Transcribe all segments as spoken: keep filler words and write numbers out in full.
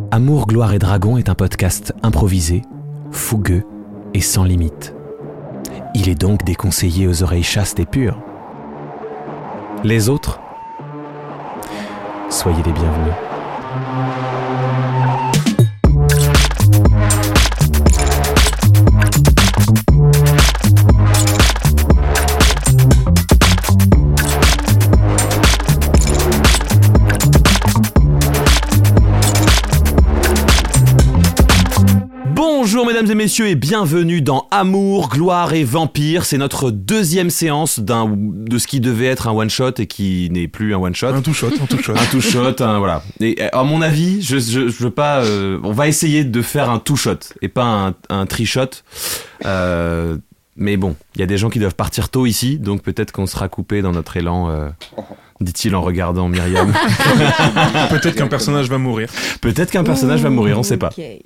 Amour, gloire et dragon est un podcast improvisé, fougueux et sans limite. Il est donc déconseillé aux oreilles chastes et pures. Les autres, soyez les bienvenus. Bonjour mesdames et messieurs et bienvenue dans Amour, gloire et vampire. C'est notre deuxième séance d'un, de ce qui devait être un one-shot et qui n'est plus un one-shot. Un two-shot, un two-shot. Un two-shot, un, voilà. Et à mon avis, je, je, je veux pas... Euh, on va essayer de faire un two-shot et pas un, un three-shot. Euh, mais bon, il y a des gens qui doivent partir tôt ici, donc peut-être qu'on sera coupé dans notre élan... Euh, dit-il en regardant Myriam. Peut-être qu'un personnage va mourir. Peut-être qu'un personnage va mourir, on sait pas. Okay.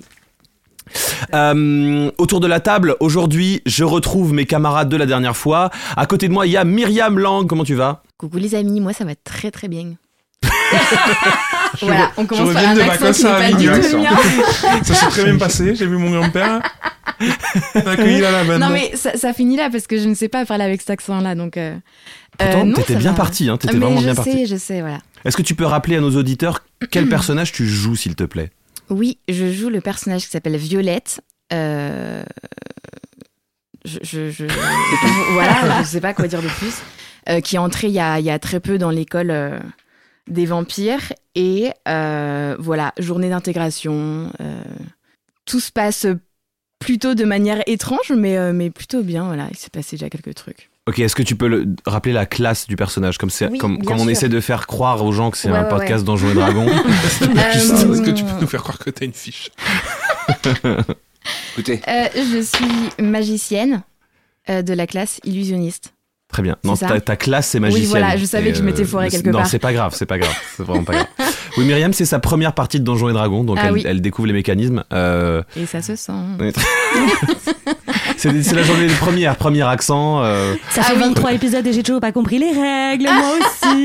Euh, autour de la table, aujourd'hui, je retrouve mes camarades de la dernière fois. À côté de moi, il y a Myriam Lang. Comment tu vas ? Coucou les amis, moi ça va très très bien. Voilà, on commence je par un de accent qui n'est à pas du tout le mien. Ça s'est très bien passé, j'ai vu mon grand-père accueilli à la bande. Non mais ça, ça finit là parce que je ne sais pas parler avec cet accent-là, donc... Euh, Pourtant, euh, non, t'étais ça bien va. parti, hein, t'étais Ah, mais vraiment je bien sais, parti. Je sais, voilà. Est-ce que tu peux rappeler à nos auditeurs quel personnage tu joues, s'il te plaît ? Oui, je joue le personnage qui s'appelle Violette. Euh... Je, je, je... voilà, je ne sais pas quoi dire de plus. Euh, qui est entrée il y a, il y a très peu dans l'école euh, des vampires. Et euh, voilà, journée d'intégration. Euh... Tout se passe plutôt de manière étrange, mais, euh, mais plutôt bien. Voilà, il s'est passé déjà quelques trucs. Ok, est-ce que tu peux le, rappeler la classe du personnage, comme, c'est, Oui, comme, bien comme on sûr. essaie de faire croire aux gens que c'est Ouais, un ouais, podcast ouais. Donjons et Dragons. Euh, Est-ce que tu peux nous faire croire que t'as une fiche ? Écoutez, euh, je suis magicienne euh, de la classe illusionniste. Très bien. Non, C'est ça ta, ta classe, c'est magicienne. Oui, voilà, je savais Et, que je m'étais foirée euh, quelque non, part. Non, c'est pas grave, c'est pas grave. C'est vraiment pas grave. Oui, Myriam, c'est sa première partie de Donjons et Dragons, donc Ah elle, oui. elle découvre les mécanismes. Euh, Et ça se sent. c'est, c'est la journée de première, premier accent. Euh, Ça fait Ah oui. vingt-trois épisodes et j'ai toujours pas compris les règles, moi aussi.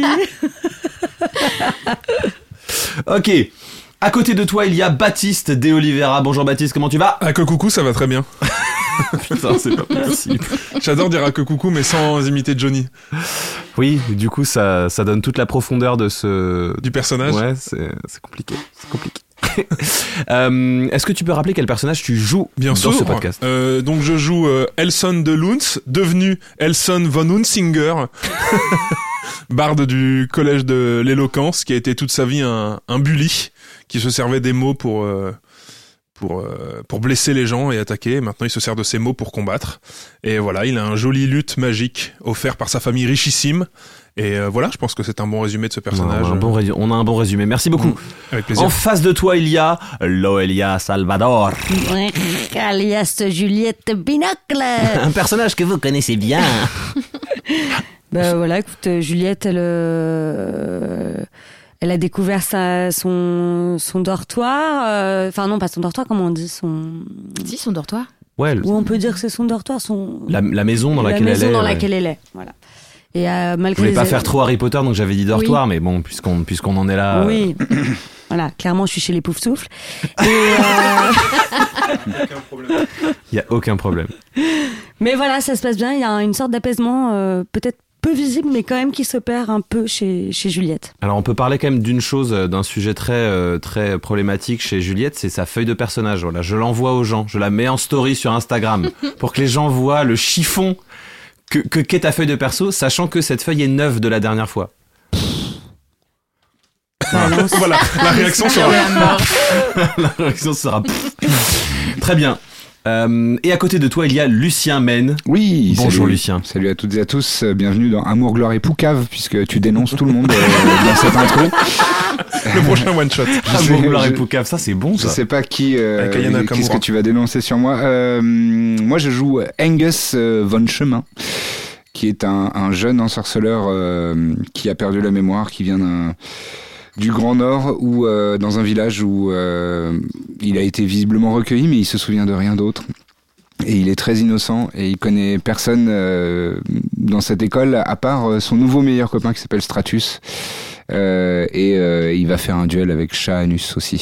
Ok. À côté de toi, il y a Baptiste De Oliveira. Bonjour Baptiste, comment tu vas ? Ah que coucou, ça va très bien. Putain, c'est pas possible. J'adore dire ah que coucou, mais sans imiter Johnny. Oui, du coup, ça, ça donne toute la profondeur de ce... Du personnage. Ouais, c'est, c'est compliqué. C'est compliqué. euh, est-ce que tu peux rappeler quel personnage tu joues Bien dans sûr. ce podcast ? Euh, donc je joue euh, Elson de Luntz, devenu Elson von Hunsinger, barde du collège de l'éloquence, qui a été toute sa vie un, un bully, qui se servait des mots pour... Euh, pour euh, pour blesser les gens et attaquer. Maintenant, il se sert de ces mots pour combattre. Et voilà, il a un joli luth magique offert par sa famille richissime. Et euh, voilà, je pense que c'est un bon résumé de ce personnage. On a un bon, résumé, on a un bon résumé. Merci beaucoup. Mmh, avec plaisir. En face de toi, il y a Loelia Salvador. Alias Juliette Binocle. Un personnage que vous connaissez bien. Bah voilà, écoute, Juliette, elle, euh, elle a découvert sa, son, son dortoir. Enfin euh, non, pas son dortoir, comment on dit son... Si, son dortoir. Ouais, le- Ou on peut dire que c'est son dortoir, son... la, la maison dans la laquelle maison elle est. dans ouais. laquelle elle est, voilà. Et euh, malgré Je voulais les- pas faire trop Harry Potter, donc j'avais dit dortoir, mais bon, puisqu'on, puisqu'on en est là... euh, Oui, voilà, clairement, je suis chez les Poufsouffles. Et, euh... il y a aucun problème. Mais voilà, ça se passe bien. Il y a une sorte d'apaisement, euh, peut-être peu visible, mais quand même qui s'opère un peu chez, chez Juliette. Alors on peut parler quand même d'une chose, euh, d'un sujet très euh, très problématique chez Juliette, c'est sa feuille de personnage. Voilà, je l'envoie aux gens, je la mets en story sur Instagram pour que les gens voient le chiffon que, que qu'est ta feuille de perso, sachant que cette feuille est neuve de la dernière fois. Voilà, la réaction sera... La réaction sera très bien. Euh, et à côté de toi, il y a Lucien Men. oui, Bonjour salut. Lucien. Salut à toutes et à tous, euh, bienvenue dans Amour, gloire et poucave, puisque tu dénonces tout le monde euh, dans cette intro. Le prochain one-shot. Ah Je bon, sais- Gloire et je- Poucave, ça c'est bon Je ça. sais pas qui, euh, Avec Ayana qu'est-ce Nakamura. que tu vas dénoncer sur moi. Euh, moi, je joue Angus euh, von Chemin, qui est un, un jeune ensorceleur euh, qui a perdu la mémoire, qui vient d'un du Grand Nord, ou euh, dans un village où euh, il a été visiblement recueilli, mais il se souvient de rien d'autre. Et il est très innocent et il connaît personne euh, dans cette école à part euh, son nouveau meilleur copain qui s'appelle Stratus. Euh, et euh, il va faire un duel avec Shahanus aussi.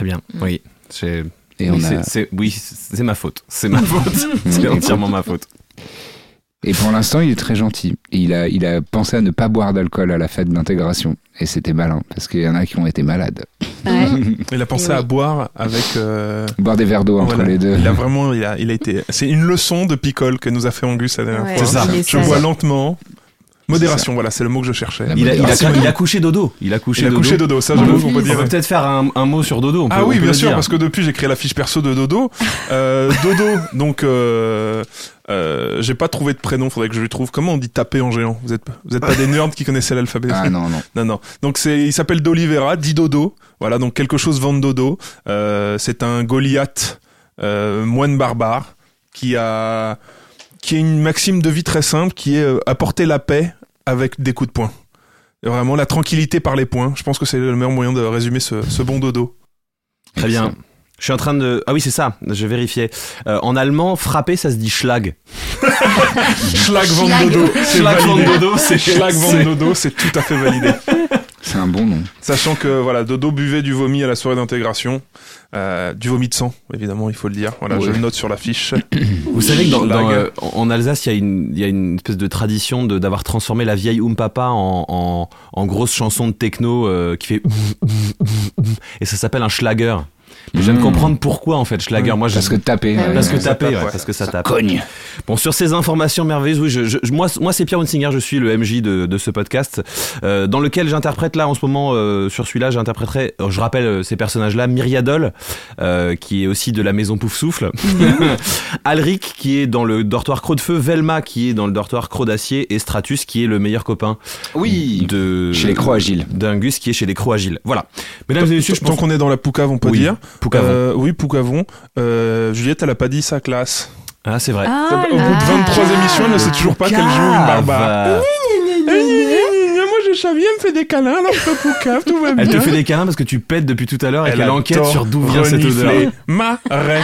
Très bien, oui. J'ai... Et oui, on a... c'est, c'est... oui, c'est ma faute. C'est ma faute. C'est entièrement ma faute. Et pour l'instant, il est très gentil. Et il a, il a pensé à ne pas boire d'alcool à la fête d'intégration. Et c'était malin, parce qu'il y en a qui ont été malades. Ouais. Il a pensé Oui. à boire avec... Euh... Boire des verres d'eau entre voilà. les deux. Il a vraiment... Il a, il a été... C'est une leçon de picole que nous a fait Angus la dernière Ouais, fois. C'est ça. il est Je sage. bois lentement. Modération, voilà, c'est le mot que je cherchais. La Il a, il, a, modération. il a couché dodo. Il a couché Il a dodo. couché dodo, ça, je On on peut- peut On dire. peut peut-être faire un, un mot sur dodo. On peut, Ah on oui, peut bien le sûr, dire. parce que depuis j'ai créé la fiche perso de Dodo. Euh, Dodo, donc euh, euh, j'ai pas trouvé de prénom, faudrait que je lui trouve. Comment on dit taper en géant? Vous êtes vous êtes pas des nerds qui connaissaient l'alphabet? Ah non, non. Non, non. Donc c'est, il s'appelle d'Olivera, dit Dodo. Voilà, donc quelque chose vend Dodo. Euh, c'est un Goliath euh, moine barbare qui a qui a une maxime de vie très simple, qui est euh, apporter la paix avec des coups de poing. Et vraiment la tranquillité par les poings. Je pense que c'est le meilleur moyen de résumer ce, ce bon Dodo. Très bien. Je suis en train de... Ah oui, c'est ça, je vérifiais. Euh, en allemand, frapper, ça se dit Schlag. Schlag vend Schlag. Dodo. C'est Schlag validé. von Dodo, c'est... Schlag c'est- vend Dodo, c'est tout à fait validé. C'est un bon nom. Sachant que voilà, Dodo buvait du vomi à la soirée d'intégration, euh, du vomi de sang, évidemment, il faut le dire. Voilà, Ouais. je le note sur la fiche. Vous savez que dans, dans, Schlag. euh, en Alsace, il y a une, il y a une espèce de tradition de, d'avoir transformé la vieille Oom Papa en, en, en grosse chanson de techno euh, qui fait... Et ça s'appelle un Schlager. Mais je viens de Mmh. comprendre pourquoi, en fait, Schlager. Oui. Moi, je... Parce que taper. Ah oui. Parce que Ça taper, tape, ouais, ouais. parce que ça, ça tape. cogne. Bon, sur ces informations merveilleuses, oui, je, je, je- moi, moi c'est Pierre Hunsinger, je suis le M J de, de ce podcast, euh, dans lequel j'interprète là en ce moment, euh, sur celui-là, j'interpréterai, euh, je rappelle euh, ces personnages-là, Myriadol, euh, qui est aussi de la maison Pouf Souffle, Alric, qui est dans le dortoir Croc de Feu, Velma, qui est dans le dortoir Croc d'Acier, et Stratus, qui est le meilleur copain Oui. de Chez les crocs agiles. d'Angus, qui est chez les Crocs Agiles. Voilà. Mesdames et messieurs, je Tant pense qu'on est dans la poucave, on peut Oui, dire. Poucavon. Euh, oui, Poucavon. Euh, Juliette, elle a pas dit sa classe. Ah, c'est vrai. Ah, Au bout de là. vingt-trois émissions, elle ne sait toujours pas qu'elle joue une barbare. Cave. Moi, j'ai Xavier, elle me fait des câlins dans le poucave, tout va bien. Elle te fait des câlins parce que tu pètes depuis tout à l'heure et Elle qu'elle adore enquête sur d'où vient cette odeur. renifler Marais.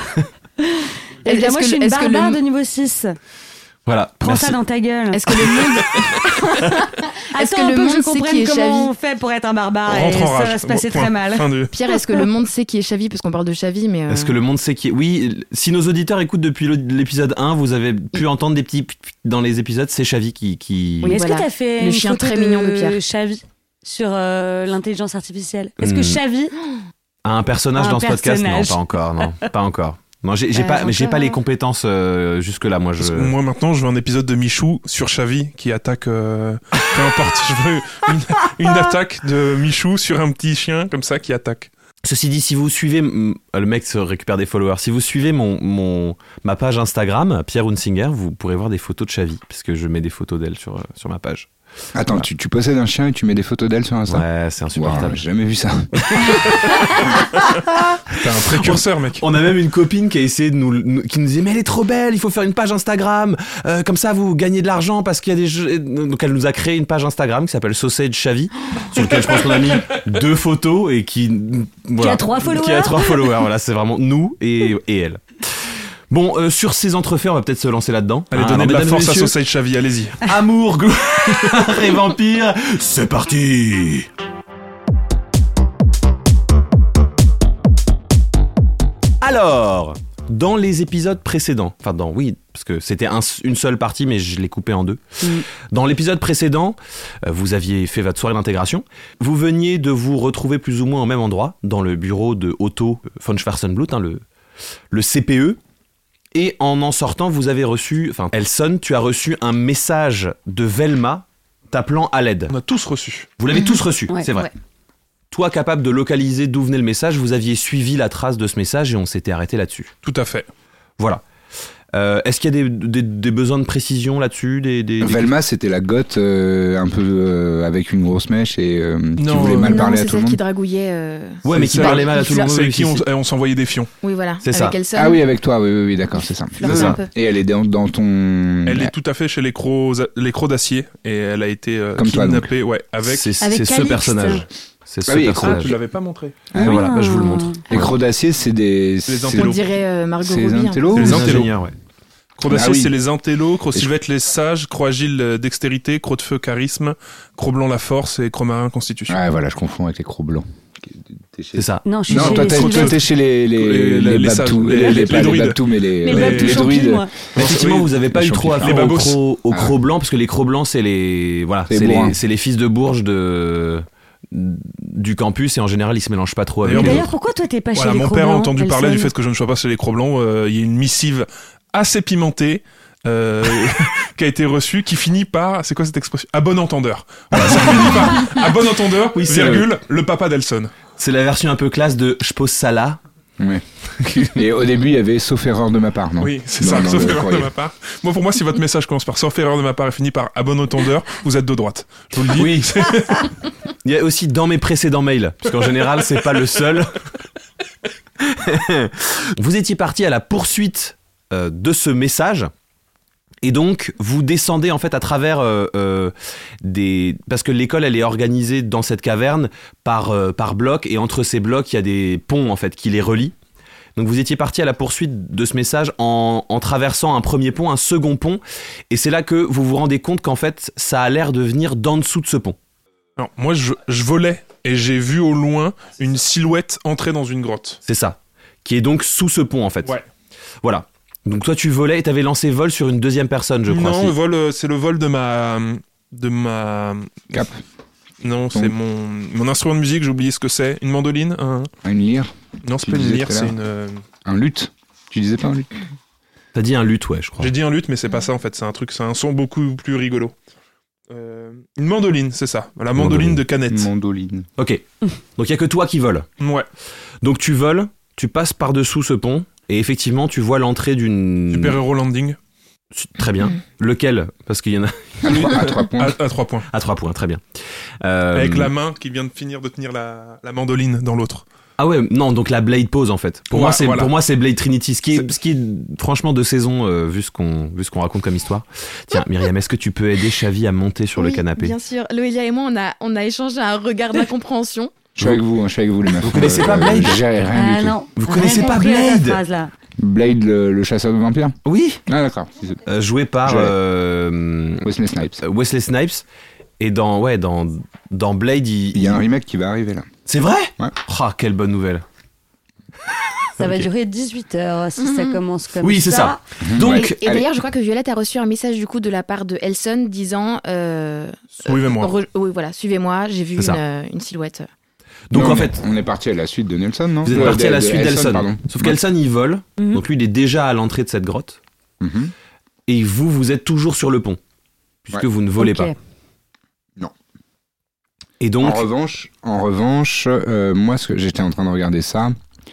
Eh bien, Est-ce moi, que je suis le- une est-ce que le- barbare de niveau six. Voilà. Prends Merci. ça dans ta gueule. Est-ce que le monde, est-ce Attends que un le peu monde que je sait comprenne qui est comment Chavi on fait pour être un barbare Rentre et en ça rage. va se passer Point. très mal. Fin du... Pierre, est-ce que le monde sait qui est Chavi, parce qu'on parle de Chavi, mais euh, Est-ce que le monde sait qui est... Oui, si nos auditeurs écoutent depuis le- l'épisode un, vous avez pu entendre des petits... dans les épisodes, c'est Chavi qui... qui... Oui, est-ce Voilà. que t'as fait Le une chien photo très mignon de Pierre. Chavi sur euh, l'intelligence artificielle? Est-ce que Hmm. Chavi a un personnage Un dans ce podcast? Non, personnage. pas encore, non. Pas encore. Non, j'ai j'ai Euh, pas, mais j'ai encore, pas les hein. compétences euh, jusque-là, moi. Je... Parce que moi maintenant je veux un épisode de Michou sur Chavi qui attaque euh, peu importe, je veux une, une attaque de Michou sur un petit chien comme ça qui attaque. Ceci dit, si vous suivez... mm, Le mec se récupère des followers. Si vous suivez mon, mon, ma page Instagram, Pierre Hunsinger, vous pourrez voir des photos de Chavi, parce que je mets des photos d'elle sur, euh, sur ma page. Attends, Voilà. tu, tu possèdes un chien et tu mets des photos d'elle sur Insta? Ouais, c'est Wow, insupportable. j'ai jamais vu ça. T'as un précurseur mec. On a même une copine qui a essayé de nous, nous- qui nous disait mais elle est trop belle, il faut faire une page Instagram, euh, comme ça vous gagnez de l'argent parce qu'il y a des jeux. Donc elle nous a créé une page Instagram qui s'appelle Sausage Chavi, sur lequel je pense qu'on a mis deux photos et qui voilà, Qui a trois followers. Qui a trois followers. Voilà, c'est vraiment nous et, et elle. Bon, euh, sur ces entrefaits, on va peut-être se lancer là-dedans. Allez, Hein, donnez alors, de la mesdames et force à messieurs, Sausage Chavi, allez-y. Amour, gloire et vampire, c'est parti. Alors, dans les épisodes précédents, enfin dans oui, parce que c'était un- une seule partie, mais je l'ai coupé en deux. Mm. Dans l'épisode précédent, euh, vous aviez fait votre soirée d'intégration. Vous veniez de vous retrouver plus ou moins au même endroit, dans le bureau de Otto von Schwarzenblut, hein, le, le C P E. Et en en sortant, vous avez reçu, enfin, Elson, tu as reçu un message de Velma t'appelant à l'aide. On a tous reçu. Vous l'avez tous reçu, Ouais. c'est vrai. Ouais. Toi, capable de localiser d'où venait le message, vous aviez suivi la trace de ce message et on s'était arrêté là-dessus. Tout à fait. Voilà. Euh, est-ce qu'il y a des, des- des besoins de précision là-dessus des, des- des- Velma, c'était la goth euh, un peu euh, avec une grosse mèche et euh, qui Non, voulait euh, mal non, parler à c'est tout le celle qui monde. dragouillait. euh, Ouais, mais C'est qui ça. parlait mal à tout le monde. C'est oui, qui si, on, si. eh, on s'envoyait des fions. Oui, voilà. C'est avec ça. Elson. Ah oui, avec toi, oui, oui, oui d'accord, c'est ça. Flirter C'est un ça. peu. Et elle est dans, dans ton... Elle est tout à fait chez les crocs, les crocs d'acier et elle a été euh, Comme toi, donc. kidnappée, ouais, avec. C'est Avec c'est ce Calixte. personnage. C'est ce Ah oui, et Ah, personnage. tu l'avais pas montré. Ah oui. Voilà, bah, je vous le montre. Les crocs d'acier, c'est des... Les c'est- On Intello. dirait euh, Margot C'est les Robbie. un peu. intellos C'est les Les intellos. ingénieurs, ouais. Croc d'acier, Ah oui. c'est les intellos, Croc civette, les sages, Croc agile, euh, dextérité, Croc de feu, charisme, Croc blanc, la force et Croc marin, constitution. Ouais, voilà, je confonds avec les crocs blancs. T'es chez- C'est ça. Non, je suis Non, chez toi, les t'es, Sylvain. toi, t'es chez les, les, Les- les, les babtous, sages, les, les- les, les pas les druides. babtous, mais les, Les Les- babtous les champignons, druides. moi. Mais effectivement, Oui, vous avez pas les eu trop champignons. affaire Les aux babos. crocs, aux Ah. crocs blancs, parce que les crocs blancs, c'est les, voilà, C'est c'est bourrin. les, c'est les fils de Bourges de, du campus et en général, ils se mélangent pas trop avec D'ailleurs, les D'ailleurs, autres. pourquoi toi t'es pas Voilà, chez les mon Crocs père a blancs, entendu parler du Elson fait que je ne sois pas chez les Crocs blancs. Euh, Il y a une missive assez pimentée euh, qui a été reçue, qui finit par, c'est quoi cette expression? À bon entendeur. Voilà, ça finit par à bon entendeur, Oui, c'est virgule, le papa d'Elson. C'est la version un peu classe de je pose ça là. Ouais. Et au début, il y avait sauf erreur de ma part, non? Oui, c'est Non, ça, non, sauf le erreur de courrier. ma part. Moi, pour moi, si votre message commence par sauf erreur de ma part et finit par à bon entendeur, vous êtes de droite. Je vous le dis. Oui. Il y a aussi dans mes précédents mails, parce qu'en général, c'est pas le seul. Vous étiez parti à la poursuite euh, de ce message. Et donc, vous descendez en fait à travers euh, euh, des... Parce que l'école, elle est organisée dans cette caverne par, euh, par blocs. Et entre ces blocs, il y a des ponts en fait qui les relient. Donc vous étiez parti à la poursuite de ce message en, en traversant un premier pont, un second pont. Et c'est là que vous vous rendez compte qu'en fait, ça a l'air de venir d'en dessous de ce pont. Alors, moi, je, je volais et j'ai vu au loin une silhouette entrer dans une grotte. C'est ça. Qui est donc sous ce pont en fait. Ouais. Voilà. Donc toi tu volais et t'avais lancé vol sur une deuxième personne, je crois. Non, si. le vol, euh, c'est le vol de ma, de ma. Cap. Non, c'est mon, mon instrument de musique. J'ai oublié ce que c'est. Une mandoline. Un... Une lyre? Non, c'est Tu pas une disais lyre, tout à c'est l'heure. une. euh, Un luth? Tu disais pas un luth? T'as dit un luth, ouais, je crois. J'ai dit un luth, mais c'est pas ça en fait. C'est un truc, c'est un son beaucoup plus rigolo. Euh, une mandoline, c'est ça. La mandoline, Mandoline. de canette. Mandoline. Ok. Donc il y a que toi qui vole. Ouais. Donc tu voles, tu passes par-dessous ce pont et effectivement tu vois l'entrée d'une... Super Hero Landing. Très bien. Lequel? Parce qu'il y en a À trois, à trois points. À, à trois points. à trois points, très bien. Euh, Avec la main qui vient de finir de tenir la, la mandoline dans l'autre. Ah ouais, non, donc la Blade pose en fait. Pour Ouais, moi c'est voilà. pour moi c'est Blade Trinity, ce qui est, C'est- ce qui est franchement de saison euh, vu ce qu'on vu ce qu'on raconte comme histoire. Tiens, Myriam, est-ce que tu peux aider Chavi à monter sur le Oui, canapé? Bien sûr. Loélia et moi, on a, on a échangé un regard d'incompréhension. Je suis avec vous, hein, je suis avec vous, les meufs. Vous connaissez pas Blade? J'ai rien Ah du tout. non. Vous Rien connaissez pas compris à ta Blade? phrase, là. Blade, le, le chasseur de vampires? Oui. Ah, d'accord. Euh, joué par Je- euh, Wesley Snipes. euh, Wesley Snipes et dans ouais dans dans Blade il, Il y a un remake qui va arriver là. C'est vrai? Ouais. Ah, quelle bonne nouvelle. Ça va Ok. durer dix-huit heures si ça Mhm. commence comme Oui, c'est ça. Donc Et, et Allez. d'ailleurs, je crois que Violette a reçu un message du coup de la part de Elson disant euh, Suivez-moi. re- oui, voilà, suivez-moi, j'ai vu C'est une, ça. euh, une silhouette. donc Non, en mais fait on est parti à la suite de Nelson, non? vous êtes Euh, parti de- à la de suite d'Elson. pardon. Sauf qu'Elson il vole. Mhm. Donc lui il est déjà à l'entrée de cette grotte Mhm. et vous vous êtes toujours sur le pont puisque Ouais. vous ne volez Ok. pas. Non. Et donc En revanche, en revanche, euh, moi, ce que j'étais en train de regarder ça.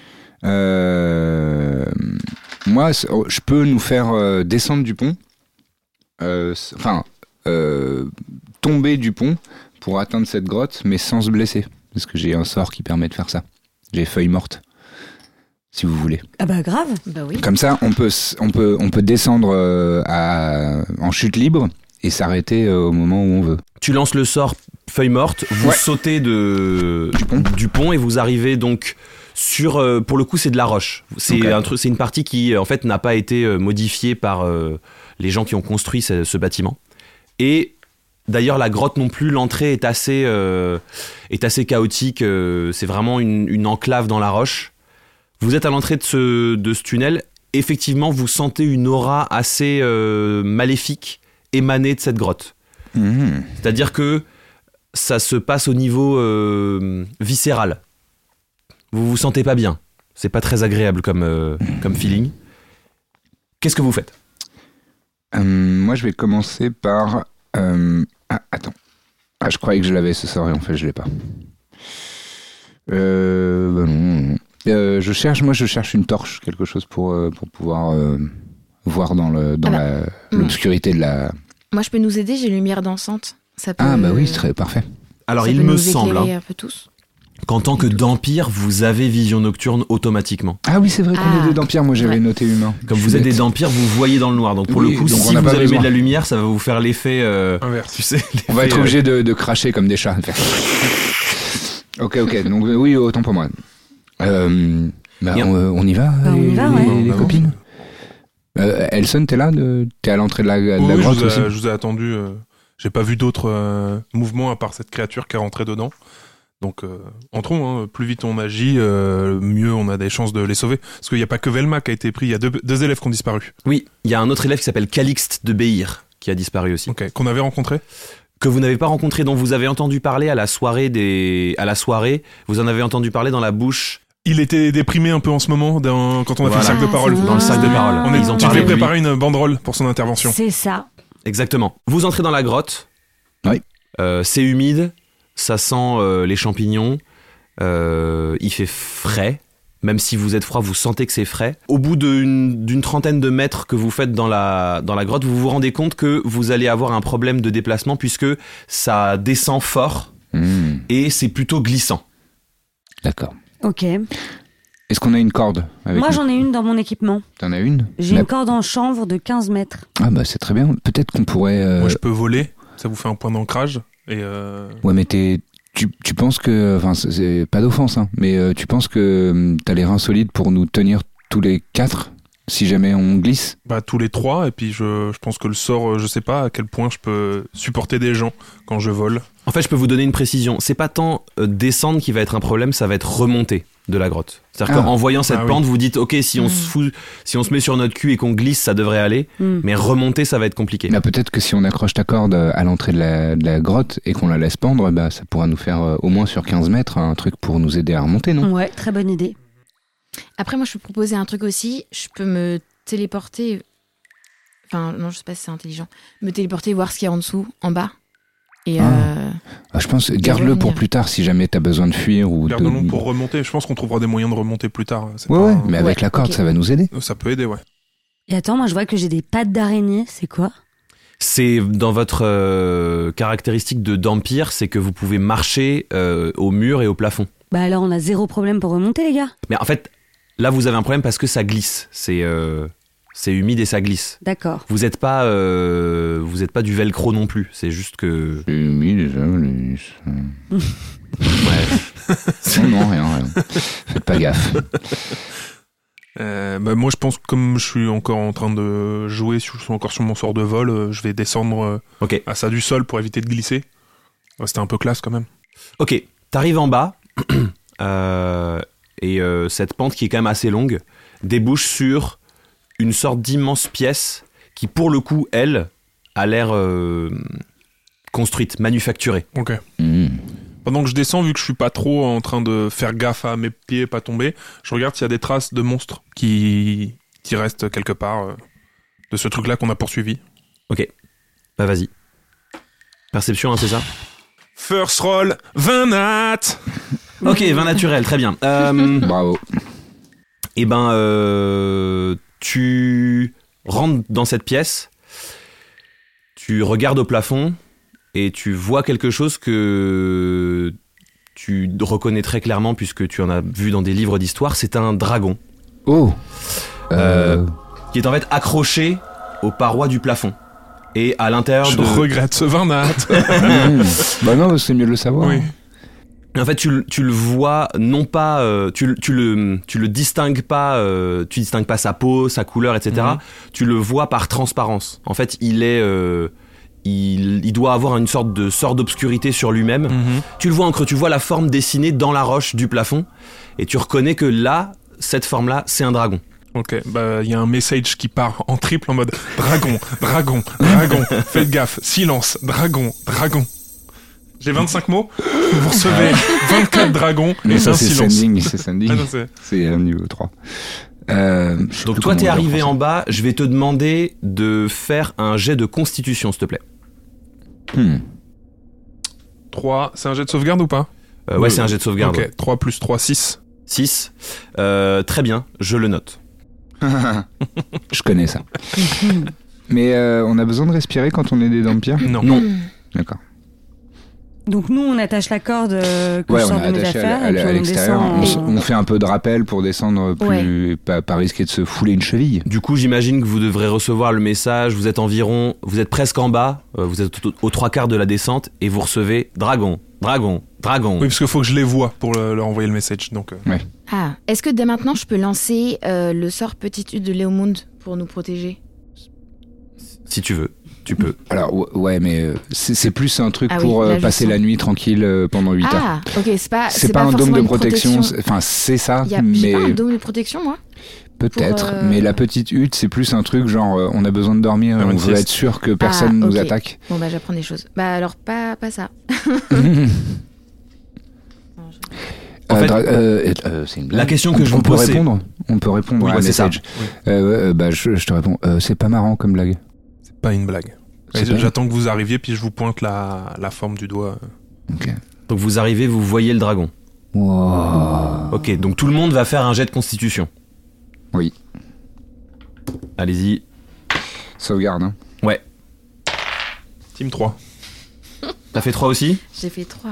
euh, moi, c- oh, je peux nous faire euh, descendre du pont. euh, c- Enfin, euh, tomber du pont pour atteindre cette grotte, mais sans se blesser, parce que j'ai un sort qui permet de faire ça. J'ai feuille morte, si vous voulez. Ah bah grave. Bah oui. Comme ça, on peut, s- on peut, on peut descendre euh, à, en chute libre et s'arrêter euh, au moment où on veut. tu lances le sort feuille morte, vous Ouais. sautez de Du pont. du pont et vous arrivez donc sur euh, pour le coup c'est de la roche. C'est Ok. un truc, c'est une partie qui euh, en fait n'a pas été euh, modifiée par euh, les gens qui ont construit ce, ce bâtiment. Et d'ailleurs la grotte non plus, l'entrée est assez euh, est assez chaotique. euh, c'est vraiment une, une enclave dans la roche. Vous êtes à l'entrée de ce de ce tunnel. Effectivement, vous sentez une aura assez euh, maléfique émaner de cette grotte. Mhm. C'est-à-dire que ça se passe au niveau euh, viscéral. Vous vous sentez pas bien. C'est pas très agréable comme, euh, comme feeling. Qu'est-ce que vous faites? Euh, moi, je vais commencer par. euh, Ah, attends. Ah, je croyais que je l'avais ce soir et en fait, je l'ai pas. Euh, bah non, non, non. Euh, je cherche, moi, je cherche une torche, quelque chose pour, euh, pour pouvoir euh, voir dans, le, dans Ah la- bah, l'obscurité de la. Moi, je peux nous aider, j'ai lumière dansante. Ça peut, Ah, bah oui, c'est très parfait. Alors ça il peut me nous semble éclairer hein, un peu tous. qu'en tant que vampire, vous avez vision nocturne automatiquement. Ah oui, c'est vrai qu'on Ah. est des dampires. Moi, j'avais Ouais. noté humain. Comme Je vous suis êtes des bête. vampires, vous voyez dans le noir. Donc pour Oui, le coup, donc on si n'a vous pas allumez besoin. de la lumière, ça va vous faire l'effet... euh, Inverse. tu sais, On va l'effet, être euh, obligé de, de cracher comme des chats. Ok, ok. Donc euh, oui, autant pour moi. Euh, bah, Bien. on, euh, on y va, Bah, on y les, va, ouais. les- les Bah, copines. Euh, Elson, t'es là de... T'es à l'entrée de la, de la Oui, grotte je vous, aussi ai, je vous ai attendu. Euh, j'ai pas vu d'autres euh, mouvements à part cette créature qui est rentrée dedans. Donc, euh, entrons. Hein, plus vite on agit, euh, mieux on a des chances de les sauver. Parce qu'il n'y a pas que Velma qui a été pris. Il y a deux, deux élèves qui ont disparu. Oui, il y a un autre élève qui s'appelle Calixte de Béhir qui a disparu aussi. Ok. Qu'on avait rencontré. Que vous n'avez pas rencontré, dont vous avez entendu parler à la soirée des, à la soirée. Vous en avez entendu parler dans la bouche. Il était déprimé un peu en ce moment dans... quand on a Voilà. fait le sac de parole. Dans le sac de parole. On est, Ils ont tu parlé devais de lui. préparer une banderole pour son intervention. C'est ça. Exactement. Vous entrez dans la grotte. Oui. Euh, c'est humide. Ça sent euh, les champignons. Euh, il fait frais. Même si vous êtes froid, vous sentez que c'est frais. Au bout d'une, d'une trentaine de mètres que vous faites dans la, dans la grotte, vous vous rendez compte que vous allez avoir un problème de déplacement puisque ça descend fort Mmh, et c'est plutôt glissant. D'accord. Ok. Est-ce qu'on a une corde avec Moi, nous j'en ai une dans mon équipement. T'en as une J'ai La- une corde en chanvre de quinze mètres. Ah bah c'est très bien. Peut-être qu'on pourrait... euh, Moi, je peux voler. Ça vous fait un point d'ancrage. Et euh... Ouais, mais t'es... Tu, tu penses que... Enfin, c'est- c'est pas d'offense, hein, mais euh, tu penses que hum, t'as les reins solides pour nous tenir tous les quatre si jamais on glisse? bah, tous les trois. Et puis, je, je pense que le sort, euh, je sais pas à quel point je peux supporter des gens quand je vole. En fait, je peux vous donner une précision. C'est pas tant euh, descendre qui va être un problème, ça va être remonter de la grotte. C'est-à-dire Ah. qu'en voyant cette Ah oui. pente, vous dites, ok, si on Mm. se fout, si on se met sur notre cul et qu'on glisse, ça devrait aller. Hmm. Mais remonter, ça va être compliqué. Bah, peut-être que si on accroche ta corde à l'entrée de la, de la grotte et qu'on la laisse pendre, bah, ça pourra nous faire euh, au moins sur quinze mètres un truc pour nous aider à remonter, non? Ouais, très bonne idée. Après, moi, je peux proposer un truc aussi. Je peux me téléporter. Enfin, non, je sais pas si c'est intelligent. Me téléporter, voir ce qu'il y a en dessous, en bas. Et Ah. euh, Ah, je pense, garde-le revenir. pour plus tard si jamais t'as besoin de fuir ou de... Gardons-le pour remonter. Je pense qu'on trouvera des moyens de remonter plus tard. C'est Ouais, pas ouais, un- mais avec Ouais, la corde, ok. ça va nous aider. Ça peut aider, ouais. Et attends, moi, je vois que j'ai des pattes d'araignée. C'est quoi? C'est dans votre euh, caractéristique de d'empire, c'est que vous pouvez marcher euh, au mur et au plafond. Bah alors, on a zéro problème pour remonter, les gars. Mais en fait, là, vous avez un problème parce que ça glisse. C'est euh, c'est humide et ça glisse. D'accord. Vous êtes pas, euh, vous êtes pas du velcro non plus. C'est juste que. C'est humide, ça glisse. Ouais. Non, non, rien, rien. Faites pas gaffe. Euh, bah, moi, je pense que comme je suis encore en train de jouer, je suis encore sur mon sort de vol, euh, je vais descendre euh, Ok. à ça du sol pour éviter de glisser. Ouais, c'était un peu classe quand même. Ok. T'arrives en bas euh, et euh, cette pente qui est quand même assez longue débouche sur une sorte d'immense pièce qui, pour le coup, elle, a l'air euh, construite, manufacturée. Ok. Mmh. Pendant que je descends, vu que je suis pas trop en train de faire gaffe à mes pieds, pas tomber, je regarde s'il y a des traces de monstres qui, qui restent quelque part euh, de ce truc-là qu'on a poursuivi. Ok. Bah vas-y. Perception, hein, c'est ça? First roll, vingt nat. Ok, vin naturel, très bien. Euh, Bravo. et ben, euh, tu rentres dans cette pièce, tu regardes au plafond et tu vois quelque chose que tu reconnais très clairement puisque tu en as vu dans des livres d'histoire. C'est un dragon Oh euh... qui est en fait accroché aux parois du plafond. Et à l'intérieur Je de... regrette ce vingt nat. mmh. Bah non, c'est mieux de le savoir. Oui. Et en fait, tu, le- tu le vois, non pas, euh, tu, le- tu le, tu le distingues pas, euh, tu distingues pas sa peau, sa couleur, et cetera. Mhm. Tu le vois par transparence. En fait, il est, euh, il, il doit avoir une sorte de sort d'obscurité sur lui-même. Mhm. Tu le vois en creux, tu vois la forme dessinée dans la roche du plafond, et tu reconnais que là, cette forme-là, c'est un dragon. Ok, bah il y a un message qui part en triple en mode dragon, dragon, dragon, faites gaffe, silence, dragon, dragon. J'ai vingt-cinq mots, vous recevez vingt-quatre dragons Mais et ça, un c'est silence. sending, c'est sending. Ah non, c'est- C'est euh, niveau trois. Euh, je sais Donc plus toi, comment t'es on dit arrivé français. en bas. Je vais te demander de faire un jet de constitution, s'il te plaît. Hmm. trois, c'est un jet de sauvegarde ou pas? Euh, ouais, Euh, c'est un jet de sauvegarde. Ok, trois plus trois, six. six. Euh, très bien, je le note. Je connais ça. Mais euh, on a besoin de respirer quand on est des vampires? Non. Non. D'accord. Donc nous, on attache la corde euh, que Ouais, je on sors est de mes attaché affaires à, et la- puis à on l'extérieur. On, descend. s- on fait un peu de rappel pour descendre plus, pas, pas risquer de se fouler une cheville. Du coup, j'imagine que vous devrez recevoir le message. Vous êtes environ, vous êtes presque en bas. euh, vous êtes aux, aux trois quarts de la descente et vous recevez dragon, dragon, dragon. Oui, parce qu'il faut que je les vois pour le- leur envoyer le message. Donc, euh, Ah, est-ce que dès maintenant je peux lancer euh, le sort Petite Hutte de Léomund pour nous protéger? Si tu veux, tu peux. Alors ouais, ouais, mais euh, c'est c'est plus un truc Ah oui, pour euh, là, je passer sens. la nuit tranquille euh, pendant huit heures. Ah, ok, c'est pas. C'est pas, un dôme forcément de une protection, c'est- enfin c'est ça, Y a, mais J'ai pas un dôme de protection, moi. peut-être. pour, euh, Mais la petite hutte, c'est plus un truc genre euh, on a besoin de dormir, et Faire on une veut sieste. être sûr que personne Ah, nous ok. attaque. Bon, bah j'apprends des choses. Bah alors, pas, pas ça. En Euh, fait, dra- euh, euh, c'est une blague. la question On- que je on vous peut pose, c'est- répondre. On peut répondre Oui, à un ouais, c'est ça. message. Euh, euh, bah, je, je te réponds. Euh, c'est pas marrant comme blague. c'est pas une blague. C'est Et pas- J'attends que vous arriviez, puis je vous pointe la, la forme du doigt. Ok. Donc vous arrivez, vous voyez le dragon. Wow. Ok, donc tout le monde va faire un jet de constitution. Oui. Allez-y. Sauvegarde. Hein. Team trois. T'as fait trois aussi? J'ai fait trois.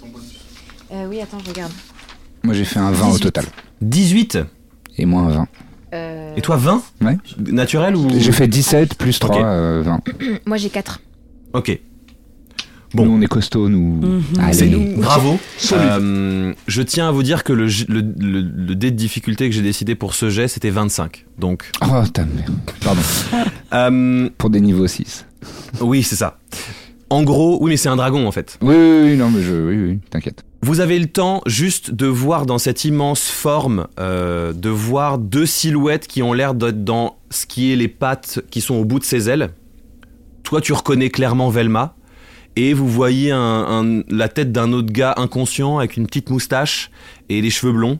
Euh, oui, attends, je regarde. Moi j'ai fait un vingt au dix-huit. total. dix-huit. Et moi un vingt. Euh, Et toi vingt? Ouais. Naturel ou? J'ai fait dix-sept plus trois, Ok. euh, vingt. Moi, j'ai quatre. Ok. Bon. Nous on est costaud, nous. Mhm. Allez. C'est nous. bravo. Solide. Euh, je tiens à vous dire que le, j- le, le, le dé de difficulté que j'ai décidé pour ce jet, c'était vingt-cinq. Donc, Oh ta mère. Pardon. euh, Pour des niveaux six. oui, c'est ça. En gros, oui, mais c'est un dragon en fait. Oui, oui, oui, non, mais je. Oui, oui, t'inquiète. Vous avez le temps juste de voir dans cette immense forme, euh, de voir deux silhouettes qui ont l'air d'être dans ce qui est les pattes qui sont au bout de ses ailes. Toi, tu reconnais clairement Velma. Et vous voyez un, un- la tête d'un autre gars inconscient avec une petite moustache et les cheveux blonds.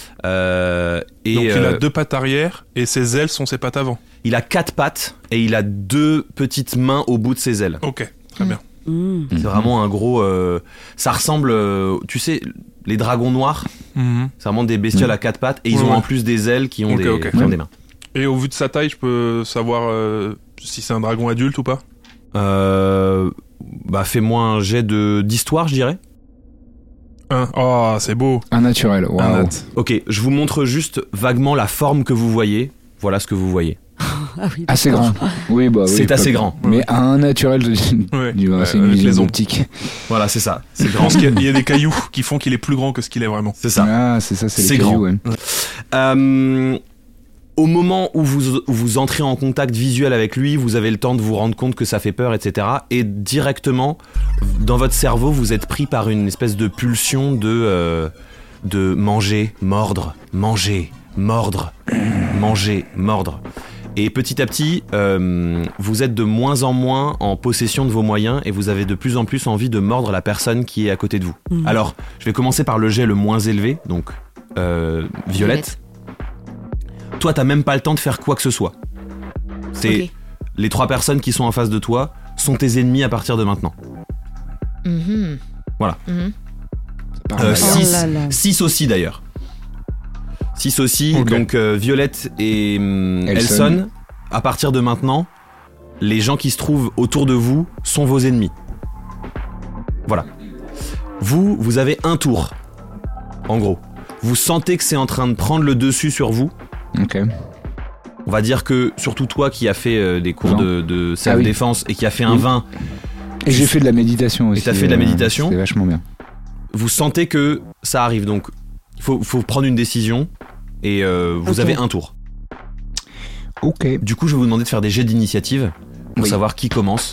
Euh, et Donc il a euh, deux pattes arrière et ses ailes sont ses pattes avant. il a quatre pattes et il a deux petites mains au bout de ses ailes. Ok, très bien. Mmh. C'est vraiment un gros... euh, ça ressemble, euh, tu sais, les dragons noirs. Mhm. C'est vraiment des bestioles Mhm. à quatre pattes et ils Ouais, ont ouais. en plus des ailes qui ont, Ok, des, ok. qui ont Ouais. des mains. Et au vu de sa taille, je peux savoir euh, si c'est un dragon adulte ou pas? Euh, bah fais-moi un jet de d'histoire, je dirais. Un. Oh, c'est beau. Un naturel. Un Waouh. nat. Ok, je vous montre juste vaguement la forme que vous voyez. Voilà ce que vous voyez. Ah oui, Assez d'accord. grand. Oui, bah oui. C'est pas- assez grand. Mais un naturel de. Ouais. du- Ouais, c'est une avec les vision ombres. optique. Voilà, c'est ça. C'est Je grand. pense qu'il y, a- il y a des cailloux qui font qu'il est plus grand que ce qu'il est vraiment. C'est ça. Ah, c'est ça, c'est les C'est cailloux, grand. ouais. Euh, au moment où vous, où vous entrez en contact visuel avec lui, vous avez le temps de vous rendre compte que ça fait peur, et cetera. Et directement, dans votre cerveau, vous êtes pris par une espèce de pulsion de, euh, de manger, mordre, manger, mordre, manger, mordre. Et petit à petit, euh, vous êtes de moins en moins en possession de vos moyens et vous avez de plus en plus envie de mordre la personne qui est à côté de vous. Mhm. Alors, je vais commencer par le jet le moins élevé, donc euh, Violette. Toi, t'as même pas le temps de faire quoi que ce soit. C'est Ok. les trois personnes qui sont en face de toi sont tes ennemis à partir de maintenant. Mhm. Voilà. Mhm. Par Euh, là, Oh six. là là. six aussi d'ailleurs. six aussi, Ok. donc euh, Violette et hum, Elson. Elson, à partir de maintenant, les gens qui se trouvent autour de vous sont vos ennemis. Voilà. Vous, vous avez un tour, en gros. Vous sentez que c'est en train de prendre le dessus sur vous. Ok. On va dire que, surtout toi qui as fait euh, des cours vingt. de, de self-défense et qui a fait un Oui. vingt, Et j'ai fait de la méditation aussi. t'as fait de la euh, méditation C'était vachement bien. vous sentez que ça arrive. Donc, il faut, faut prendre une décision et euh, vous Ok. avez un tour. Ok. Du coup, je vais vous demander de faire des jets d'initiative pour Oui. savoir qui commence.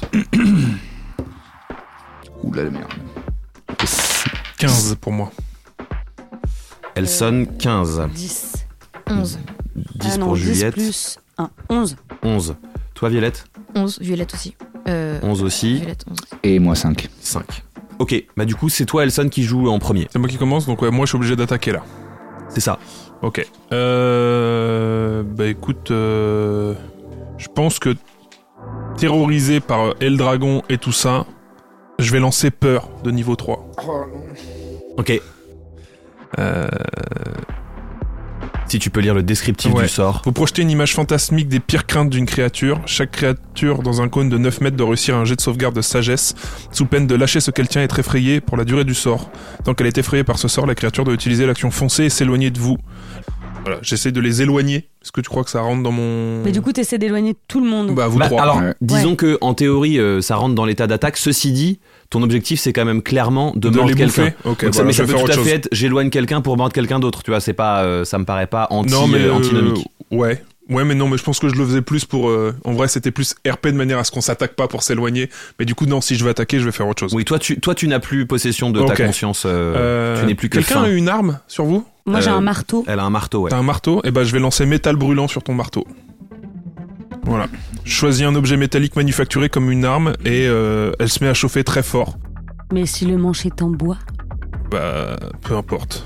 Ouh là la merde. quinze pour moi. Elson, quinze. dix. onze. dix Ah non, pour dix Juliette. plus un. onze. onze. Toi, Violette onze. Violette aussi. Euh, onze aussi. Violette, onze. Et moi cinq. cinq. Ok, bah du coup, c'est toi, Elson, qui joue en premier. C'est moi qui commence, donc ouais, moi je suis obligé d'attaquer là. C'est ça. Ok. Euh... Bah écoute, euh... je pense que terrorisé par euh, Eldragon et tout ça, je vais lancer peur de niveau trois. Ok. Euh... Si tu peux lire le descriptif Ouais. du sort. Vous projetez une image fantasmique des pires craintes d'une créature. Chaque créature dans un cône de neuf mètres doit réussir un jet de sauvegarde de sagesse, sous peine de lâcher ce qu'elle tient et être effrayée pour la durée du sort. Tant qu'elle est effrayée par ce sort, la créature doit utiliser l'action foncer et s'éloigner de vous. Voilà, j'essaie de les éloigner. Est-ce que tu crois que ça rentre dans mon... Mais du coup, t'essaies d'éloigner tout le monde. Bah, vous Bah, trois. alors, Ouais. disons Ouais. que en théorie, euh, ça rentre dans l'état d'attaque. Ceci dit, ton objectif, c'est quand même clairement de, de mordre les quelqu'un. bouffer. Ok, Donc ça, voilà, mais je ça vais peut faire tout autre à chose. fait être j'éloigne quelqu'un pour mordre quelqu'un d'autre. Tu vois, c'est pas, euh, ça me paraît pas anti, Non, mais euh, euh, antinomique. ouais. Ouais, mais non, mais je pense que je le faisais plus pour. euh, en vrai, c'était plus R P de manière à ce qu'on s'attaque pas pour s'éloigner. Mais du coup, non, si je veux attaquer, je vais faire autre chose. Oui, toi, tu, toi, tu n'as plus possession de Ok. ta conscience. euh, Euh, tu n'es plus que Quelqu'un fin. a une arme sur vous? Moi, j'ai Euh, un marteau. Elle a un marteau, ouais. T'as un marteau? Eh ben, je vais lancer métal brûlant sur ton marteau. Voilà. Choisis un objet métallique manufacturé comme une arme et euh, elle se met à chauffer très fort. Mais si le manche est en bois. Bah, peu importe.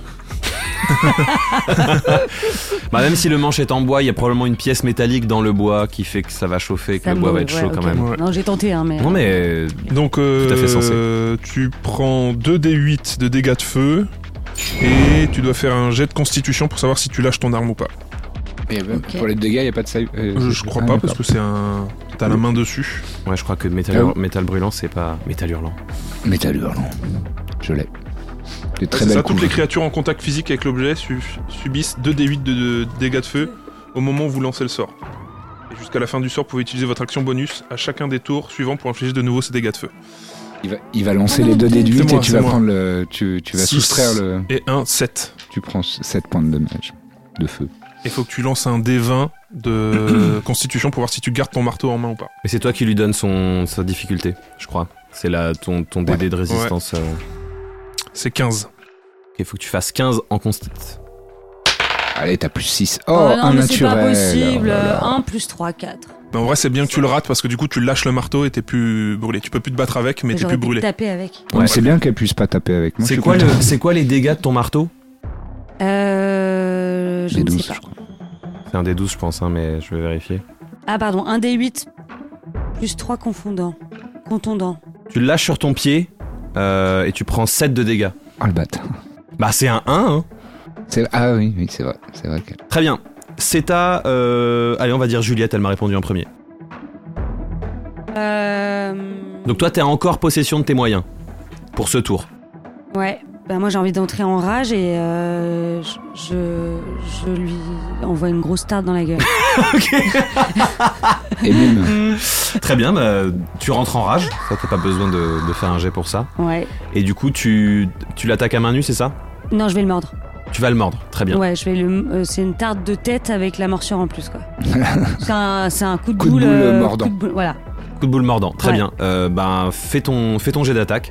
Bah, même si le manche est en bois, il y a probablement une pièce métallique dans le bois qui fait que ça va chauffer et que Ça le bois me- va être ouais, chaud ok. quand même. Ouais. Non, j'ai tenté, hein, mais. Non, mais euh, Donc, euh, Tout à fait sensé. tu prends deux d huit de dégâts de feu et tu dois faire un jet de constitution pour savoir si tu lâches ton arme ou pas. Et, euh, Ok. Pour les dégâts, il n'y a pas de save. euh, Je, je crois ah, pas d'accord. parce que c'est un. T'as la main dessus. ouais, je crois que métal, Ah oui. métal brûlant, c'est pas métal hurlant. Métal hurlant. Je l'ai. Des très C'est belles ça, toutes coups. les créatures en contact physique avec l'objet su- subissent deux d huit de, de dégâts de feu au moment où vous lancez le sort. Et jusqu'à la fin du sort, vous pouvez utiliser votre action bonus à chacun des tours suivants pour infliger de nouveau ces dégâts de feu. Il va, il va lancer Ah, les non, deux c'est dés de huit moi, et tu c'est vas moi. prendre le. Tu, tu vas Six. soustraire le. Et un, sept. Tu prends sept points de dommage. De feu. Il faut que tu lances un d vingt de constitution pour voir si tu gardes ton marteau en main ou pas. Mais c'est toi qui lui donne son, sa difficulté, je crois. C'est là ton, ton D D de résistance. euh. C'est quinze. Il faut que tu fasses quinze en constit. Allez, t'as plus six. Oh, Oh, non, un mais c'est pas naturel. possible. Oh là là. un plus trois, quatre. Mais en vrai, c'est bien que tu le rates parce que du coup, tu lâches le marteau et t'es plus brûlé. Tu peux plus te battre avec, mais t'es J'aurais plus pu brûlé. taper avec. Ouais, Ouais. c'est bien qu'elle puisse pas taper avec moi. je C'est suis quoi, le, content. c'est quoi les dégâts de ton marteau? Euh. Je Les ne douze, sais pas. je crois. C'est un des douze, je pense, hein, mais je vais vérifier. Ah, pardon, un d huit plus trois confondants. Contondants. Tu le lâches sur ton pied euh, et tu prends sept de dégâts. Oh le bâtard. Bah, c'est un un, hein. C'est- Ah oui, oui, c'est vrai. C'est vrai que. Très bien. C'est à. euh, Allez, on va dire Juliette, elle m'a répondu en premier. Euh. Donc, toi, t'es encore possession de tes moyens pour ce tour. Ouais. Bah, moi, j'ai envie d'entrer en rage et euh, je, je, je lui envoie une grosse tarte dans la gueule. Et bim. Très bien, bah, tu rentres en rage. Ça, t'as pas besoin de, de faire un jet pour ça. Ouais. Et du coup, tu, tu l'attaques à main nue, c'est ça? Non, je vais le mordre. Tu vas le mordre. Très bien. Ouais, je vais le. euh, c'est une tarte de tête avec la morsure en plus, quoi. c'est un, c'est un coup de Coup de boule. boule euh, mordant. coup de boule, voilà. Coup de boule mordant. Très Ouais. bien. Euh, ben, fais ton, fais ton jet d'attaque.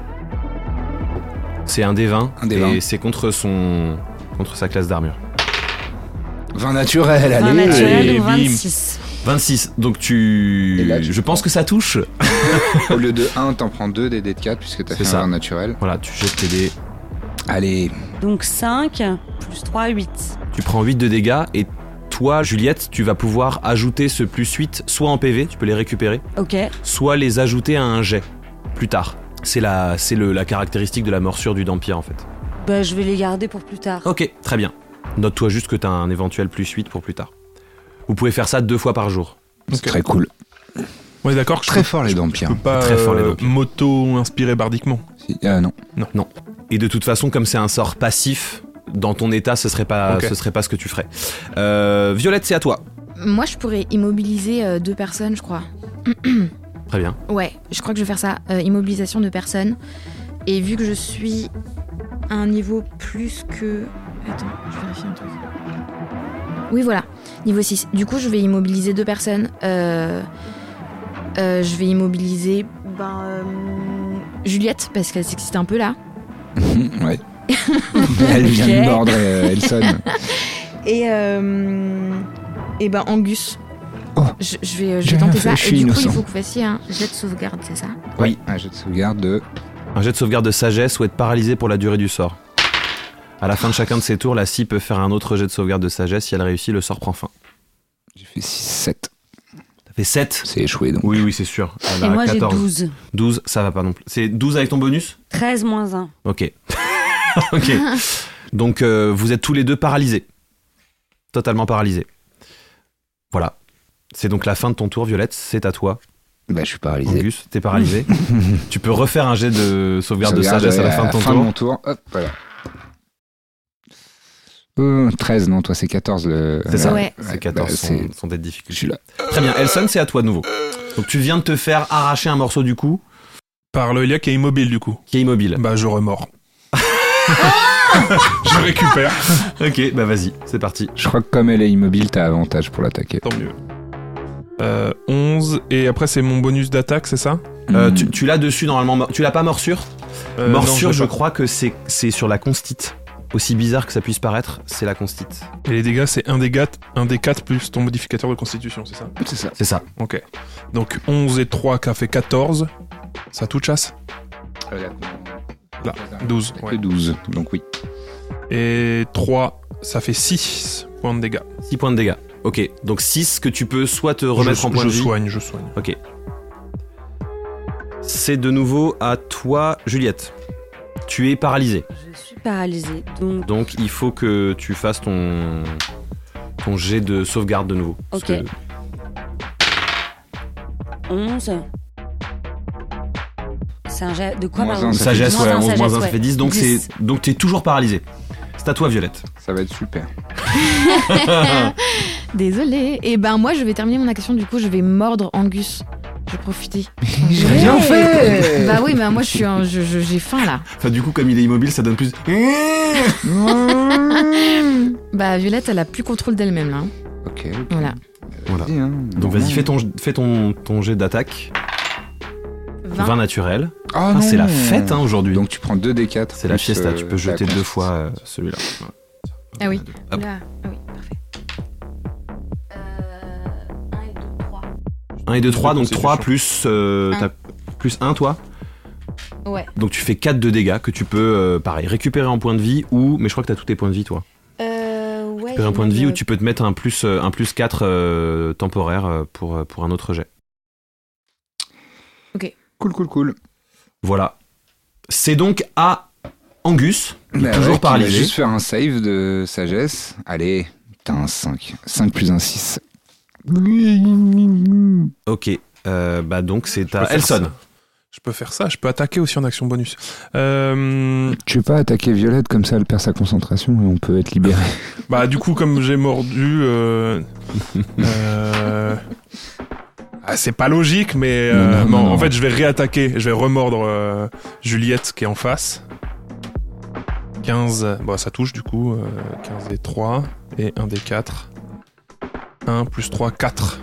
C'est un D vingt. Un D Et vingt. c'est contre son, contre sa classe d'armure. vingt naturel, vingt allez. naturel allez, ou bim. vingt-six. vingt-six. Donc tu. Et là, tu Je pense que ça touche. Au lieu de un, t'en prends deux des dés de quatre puisque t'as C'est fait ça. un vingt naturel. Voilà, tu jettes tes dés. Allez. Donc cinq plus trois, huit. Tu prends huit de dégâts. Et toi, Juliette, tu vas pouvoir ajouter ce plus huit soit en P V, tu peux les récupérer, Ok. soit les ajouter à un jet plus tard. C'est la, c'est le, la caractéristique de la morsure du Dampire en fait. Bah, je vais les garder pour plus tard. Ok, très bien. Note-toi juste que t'as un éventuel plus huit pour plus tard. Vous pouvez faire ça deux fois par jour. C'est Ok. très cool. Ouais, d'accord. Très fort les Dampires. Je peux pas Très fort, les euh, Dampires. m'auto-inspirer bardiquement. Si- Ah non. Et de toute façon, comme c'est un sort passif, dans ton état, ce serait pas, Ok. ce serait pas ce que tu ferais. Euh, Violette, c'est à toi. Moi, je pourrais immobiliser euh, deux personnes, je crois. Très bien. Ouais, je crois que je vais faire ça. Euh, immobilisation de personnes. Et vu que je suis à un niveau plus que... Attends, je vérifie un truc. Oui, voilà. Niveau six. Du coup, je vais immobiliser deux personnes. Euh, euh, je vais immobiliser ben, euh, Juliette, parce qu'elle s'excite un peu là. Ouais. Elle vient Ok. de mordre euh, Elson. Et, euh, et ben Angus. Oh. Je, je vais, je J'ai vais rien tenter fait, ça. je Et suis du coup, innocent. il faut que vous fassiez un jet de sauvegarde, c'est ça? Oui. Un jeu de sauvegarde de. Un jet de sauvegarde de sagesse ou être paralysé pour la durée du sort. À la fin de chacun de ses tours, la scie peut faire un autre jet de sauvegarde de sagesse. Si elle réussit, le sort prend fin. J'ai fait six, sept. T'as fait sept. C'est échoué donc. Oui, oui, c'est sûr. Elle Et a moi, j'ai quatorze. douze. douze, ça va pas non plus. C'est douze avec ton bonus? treize moins un. Ok. Ok. Donc, euh, vous êtes tous les deux paralysés. totalement paralysé. Voilà. C'est donc la fin de ton tour, Violette. C'est à toi. Bah, je suis paralysé. Angus, t'es paralysé. Tu peux refaire un jet de sauvegarde, de sagesse à la fin de ton fin tour. De mon tour. Hop, voilà. Euh, treize, non, toi c'est quatorze. Le... C'est ça, ouais. c'est quatorze, bah, sont, c'est... sont des difficultés. Je suis là. Très bien, Elson, c'est à toi de nouveau. Donc tu viens de te faire arracher un morceau du cou, Par le Elia qui est immobile du coup. qui est immobile. Bah je remords. Je récupère. Ok, bah vas-y, c'est parti. Je crois que comme elle est immobile, t'as avantage pour l'attaquer. Tant mieux. Euh, onze, et après c'est mon bonus d'attaque, c'est ça Euh, Hmm. tu, tu l'as dessus normalement, tu l'as pas morsure Euh, non, Morsure, l'ai je pas. crois que c'est, c'est sur la constite. Aussi bizarre que ça puisse paraître, c'est la constite. Et les dégâts, c'est un des quatre plus ton modificateur de constitution, c'est ça? C'est ça. C'est ça. Ok. Donc onze et trois, qui a fait quatorze. Ça tout chasse? Là, douze. Que Ouais. douze, donc oui. Et trois, ça fait six points de dégâts. six points de dégâts. Ok, donc six que tu peux soit te remettre je, en point je de vie. soigne, je soigne. Ok. C'est de nouveau à toi, Juliette. Tu es paralysée. Je suis paralysée. Donc, Donc il faut que tu fasses ton, ton jet de sauvegarde de nouveau. Parce Ok. que- onze. C'est un jet de quoi, Moins pardon un, ça Sagesse, Moins ouais, un, onze moins sagesse, un, ça ouais. fait dix. Donc, dix. c'est, donc t'es toujours paralysée. C'est à toi, Violette. Ça va être super. Désolée. Et ben moi, je vais terminer mon action. Du coup, je vais mordre Angus. Je vais profiter. J'ai Ouais. rien fait. Bah oui, bah moi, je suis, un- je- je- j'ai faim là. Enfin, du coup, comme il est immobile, ça donne plus. Bah Violette, elle a plus contrôle d'elle-même là. hein. Ok, ok. Voilà. Voilà. Vas-y, hein. Donc vas-y, fais ton, fais ton, ton jet d'attaque. vingt. vingt naturel. Ah, Ah, non. c'est la fête hein, aujourd'hui. Donc tu prends deux D quatre. C'est la plus, fiesta, euh, tu peux la jeter deux constance. fois euh, celui-là. Ouais. Ah oui. Hop. Là. Ah oui, parfait. un et deux, trois. un et deux, trois, donc Constitution. trois plus, euh, Un. t'as plus un, toi. Ouais. Donc tu fais quatre de dégâts que tu peux, euh, pareil, récupérer en point de vie ou. Mais je crois que t'as tous tes points de vie, toi. Euh, ouais. Récupérer un point de vie ou tu peux te mettre un plus, euh, un plus quatre euh, temporaire euh, pour, euh, pour un autre jet. Cool, cool, cool. Voilà. C'est donc à Angus, Bah toujours ouais, qui va paralysé. juste faire un save de sagesse. Allez, t'as un cinq. cinq plus un six. Ok. Euh, bah donc c'est Je peux à faire Elson. ça. Je peux faire ça, je peux attaquer aussi en action bonus. Euh, Tu veux pas attaquer Violette comme ça, elle perd sa concentration et on peut être libéré. bah du coup, comme j'ai mordu... Euh, euh, ah, c'est pas logique, mais euh, Non, non, bon, non, non. en fait, je vais réattaquer. Je vais remordre euh, Juliette qui est en face. quinze, bon, ça touche du coup. Euh, quinze et trois, et un des quatre. un plus trois, quatre.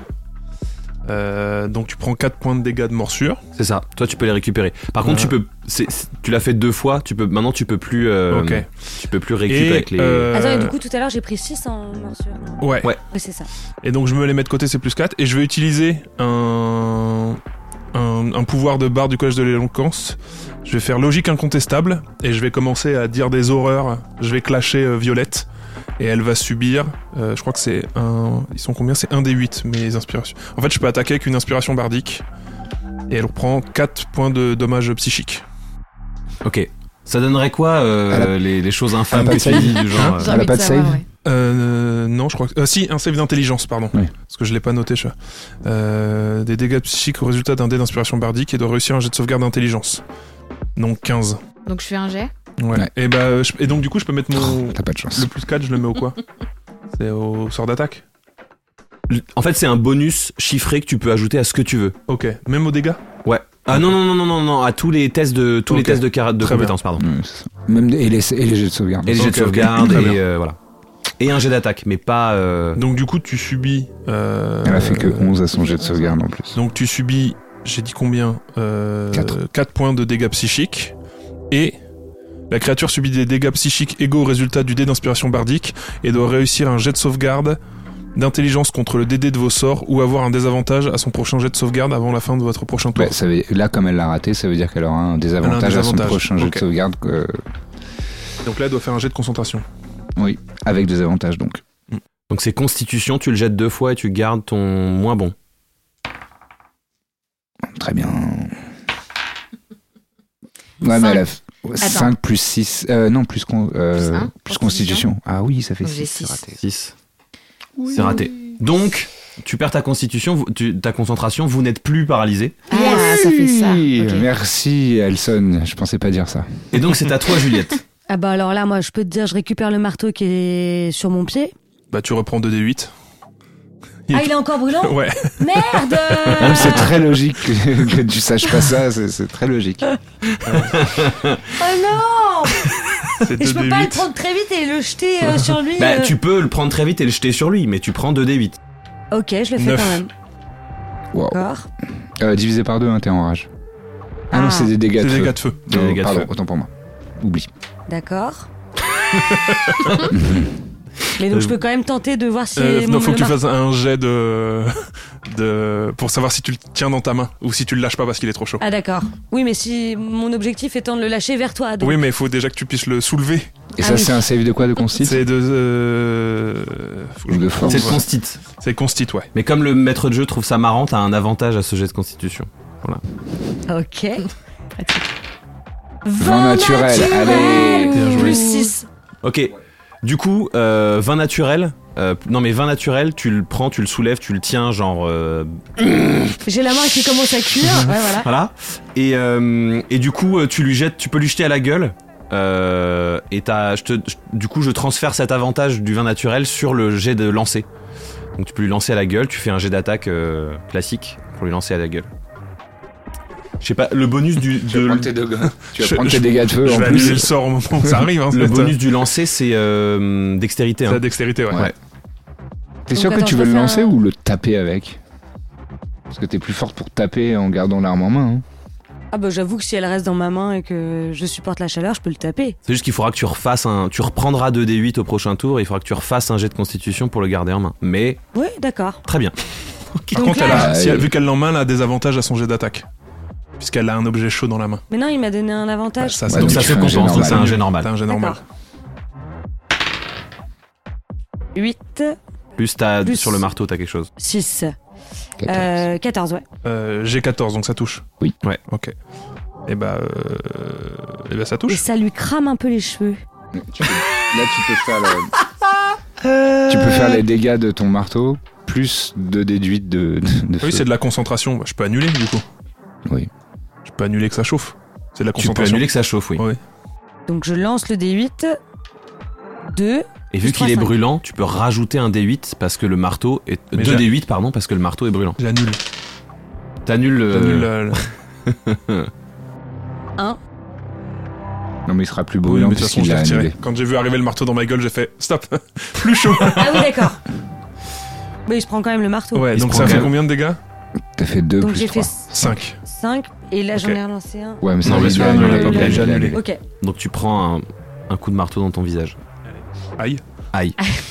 Euh, donc tu prends quatre points de dégâts de morsure. C'est ça. Toi, tu peux les récupérer. Par contre, Ouais. tu peux. c'est- c'est- tu l'as fait deux fois. Tu peux. Maintenant, tu peux plus. euh, Ok. Tu peux plus récupérer Et, avec les. euh, Attends, et du coup, tout à l'heure, j'ai pris six en morsure. Ouais. Ouais. Oui, c'est ça. Et donc je me les mets de côté, c'est plus quatre. Et je vais utiliser un, un, un pouvoir de barre du collège de l'éloquence. Je vais faire logique incontestable. Et je vais commencer à dire des horreurs. Je vais clasher euh, Violette. Et elle va subir, euh, je crois que c'est un... Ils sont combien? C'est un des huit, mes inspirations. En fait, je peux attaquer avec une inspiration bardique. Et elle reprend quatre points de dommages psychiques. Ok. Ça donnerait quoi euh, Elle a- les, les choses infâmes elle a que pas tu de dis save du genre. Hein euh, J'ai Elle a envie pas de de savoir, save ouais. Euh, non, je crois que... euh, si, un save d'intelligence, pardon. Oui. Parce que je l'ai pas noté, je... Euh, des dégâts psychiques au résultat d'un dé d'inspiration bardique et doit réussir un jet de sauvegarde d'intelligence. Donc quinze. Donc je fais un jet. Ouais. Ouais. Et, bah, je- et donc du coup, je peux mettre mon... T'as pas de chance. Le plus quatre, je le mets au quoi? C'est au sort d'attaque? En fait, c'est un bonus chiffré que tu peux ajouter à ce que tu veux. Ok. Même aux dégâts? Ouais. Ah non non non non non non à tous les tests de tous les Ok. tests de, car- de Très compétences pardon. Ouais, c'est ça. Même des- et, les, et les jets de sauvegarde. Et les jets Ok, de ok. sauvegarde Très et bien. euh, voilà. Et un jet d'attaque, mais pas. euh, Donc du coup, tu subis... Euh, Elle a fait que onze à son jet de sauvegarde en plus. Donc tu subis, j'ai dit combien? euh, Quatre. quatre points de dégâts psychiques. Et la créature subit des dégâts psychiques égaux au résultat du dé d'inspiration bardique et doit réussir un jet de sauvegarde d'intelligence contre le D D de vos sorts ou avoir un désavantage à son prochain jet de sauvegarde avant la fin de votre prochain tour. Ouais, ça veut- là, comme elle l'a raté, ça veut dire qu'elle aura un désavantage, à son désavantage. prochain jet Ok. de sauvegarde. euh, Donc là, elle doit faire un jet de concentration. oui, avec des avantages donc. Donc c'est Constitution, tu le jettes deux fois et tu gardes ton moins bon. Très bien. Ouais, mais elle a f- cinq plus six. Euh, non, plus, con, euh, Plus un, plus constitution. Ah oui, ça fait Donc j'ai six. six. raté. six. Oui. C'est raté. Donc, tu perds ta constitution, vous- tu- ta concentration, vous n'êtes plus paralysé. Ah, ça fait ça. Oui, Ok. Merci Elson, je pensais pas dire ça. Et donc, c'est à toi, Juliette. Ah bah alors là, moi, je peux te dire, je récupère le marteau qui est sur mon pied. Bah, tu reprends deux D huit. Ah, il est encore brûlant? Ouais. Merde! Même c'est très logique que, que tu saches pas ça, c'est, c'est très logique. Oh non! C'est Et je deux peux D pas le huit. prendre très vite et le jeter euh, sur lui. Bah, euh. tu peux le prendre très vite et le jeter sur lui, mais tu prends deux D huit. Ok, je le fais Neuf. quand même. Wow. D'accord. Euh, divisé par deux, hein, t'es en rage. Ah, non, Ah. c'est des dégâts C'est de des feu. dégâts de feu. Des Oh, dégâts de pardon, feu. autant pour moi. Oublie. D'accord. Mais donc je peux quand même tenter de voir si. Euh, mon- non, faut que le tu mar- fasses un jet de, de, pour savoir si tu le tiens dans ta main ou si tu le lâches pas parce qu'il est trop chaud. Ah d'accord. Oui, mais si mon objectif étant de le lâcher vers toi. Donc... Oui, mais il faut déjà que tu puisses le soulever. Et Ah ça, oui. c'est un save de quoi, de constit? C'est de, euh... faut que je Ou de me- force. C'est le Ouais. constit. C'est constit, ouais. Mais comme le maître de jeu trouve ça marrant, t'as un avantage à ce jet de constitution. Ok. Vin naturel, allez. Bien joué. Plus six. Ok. Du coup, euh, vin naturel. euh, non, mais vin naturel, tu le prends, tu le soulèves, tu le tiens, genre. euh, J'ai la main qui commence à cuire. Ouais, voilà. Voilà. Et, euh, et du coup, tu lui jettes, tu peux lui jeter à la gueule. Euh, et t'as, je te, je- du coup, je transfère cet avantage du vin naturel sur le jet de lancer. Donc tu peux lui lancer à la gueule. Tu fais un jet d'attaque euh, classique pour lui lancer à la gueule. Je sais pas, le bonus du, Tu vas de, prendre tes dégâts. Tu vas Je- prendre je- tes dégâts de feu Je en vais annuler plus. le sort au moment où ça arrive. Hein, le c'est- bonus du lancer, c'est euh, dextérité. C'est Hein. la dextérité, ouais. Ouais. T'es Donc, sûr que attends, tu je veux le refais lancer un- ou le taper avec? Parce que t'es plus forte pour taper en gardant l'arme en main. Hein. Ah bah j'avoue que si elle reste dans ma main et que je supporte la chaleur, je peux le taper. C'est juste qu'il faudra que tu refasses un, tu reprendras deux D huit au prochain tour. Et il faudra que tu refasses un jet de constitution pour le garder en main. Mais Oui, d'accord. très bien. Par Donc contre, elle là, a, je- si elle- vu qu'elle l'en main, elle a des avantages à son jet d'attaque. Puisqu'elle a un objet chaud dans la main. Mais non, il m'a donné un avantage. Ça, Ouais, donc donc ça tu se fais un jet compense. Donc c'est un normal. jet normal. T'as un jet normal. D'accord. huit, Plus t'as Plus- sur le marteau, t'as quelque chose. six, quatorze. euh, quatorze, ouais. Euh, G quatorze, donc ça touche. Oui. Ouais. Ok. Et bah, euh... et bah ça Et touche. ça lui crame un peu les cheveux. Tu peux- Là, tu peux faire le- tu peux faire les dégâts de ton marteau plus de déduite de, de, de Ah oui, feu. c'est de la concentration. Bah, je peux annuler du coup. Oui. Je peux annuler que ça chauffe. C'est de la Tu peux concentration. annuler que ça chauffe, oui. Ouais. Donc je lance le D huit. deux. Et vu Plus qu'il trois, est cinq. brûlant, tu peux rajouter un D huit parce que le marteau est Mais deux j'ai- D huit pardon parce que le marteau est brûlant. J'annule. T'annules le. J'annule le- le- un. Non, mais il sera plus Oui, brûlant mais de toute façon, puisqu'il je l'ai l'a retiré. annulé. Quand j'ai vu arriver le marteau dans ma gueule, j'ai fait stop. Plus chaud. Ah oui, d'accord. Mais je prends quand même le marteau. Ouais, Il se donc prend ça quand fait même. combien de dégâts? T'as fait deux Donc plus j'ai trois. fait cinq. cinq. Et là j'en Ok. ai relancé un. Ouais, mais ça Non, va, mais il tu l'a l'as annulé, annulé, il l'a j'ai annulé. annulé. Ok. Donc tu prends un, un coup de marteau dans ton visage. Aïe. Aïe.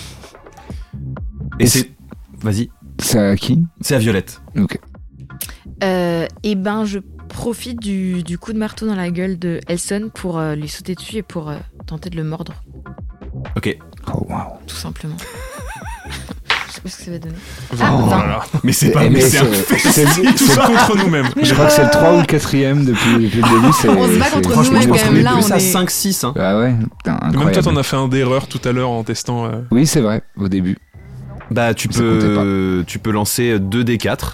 Et Et c'est. Vas-y. C'est à qui? C'est à Violette. Ok. Euh, et ben, je profite du, du coup de marteau dans la gueule de Elson pour euh, lui sauter dessus et pour euh, tenter de le mordre, Ok. Oh, waouh. tout simplement. Je sais pas ce que ça va donner. vingt. Ah, Oh vingt. là là. Mais c'est Eh, pas. mais Mais c'est un c'est- fait. c'est- Tout c'est- ça contre nous-mêmes. Je crois que c'est le trois ou le quatrième depuis, depuis le début. c'est- On se bat c'est- contre Franchement, je nous-mêmes pense quand qu'on même, est là, plus on à est- cinq six. Hein. Ah ouais, putain, Même toi, incroyable. t'en as fait un d'erreur tout à l'heure en testant. euh, Oui, c'est vrai, au début. Bah, tu Ça comptait peux, tu peux lancer deux D quatre.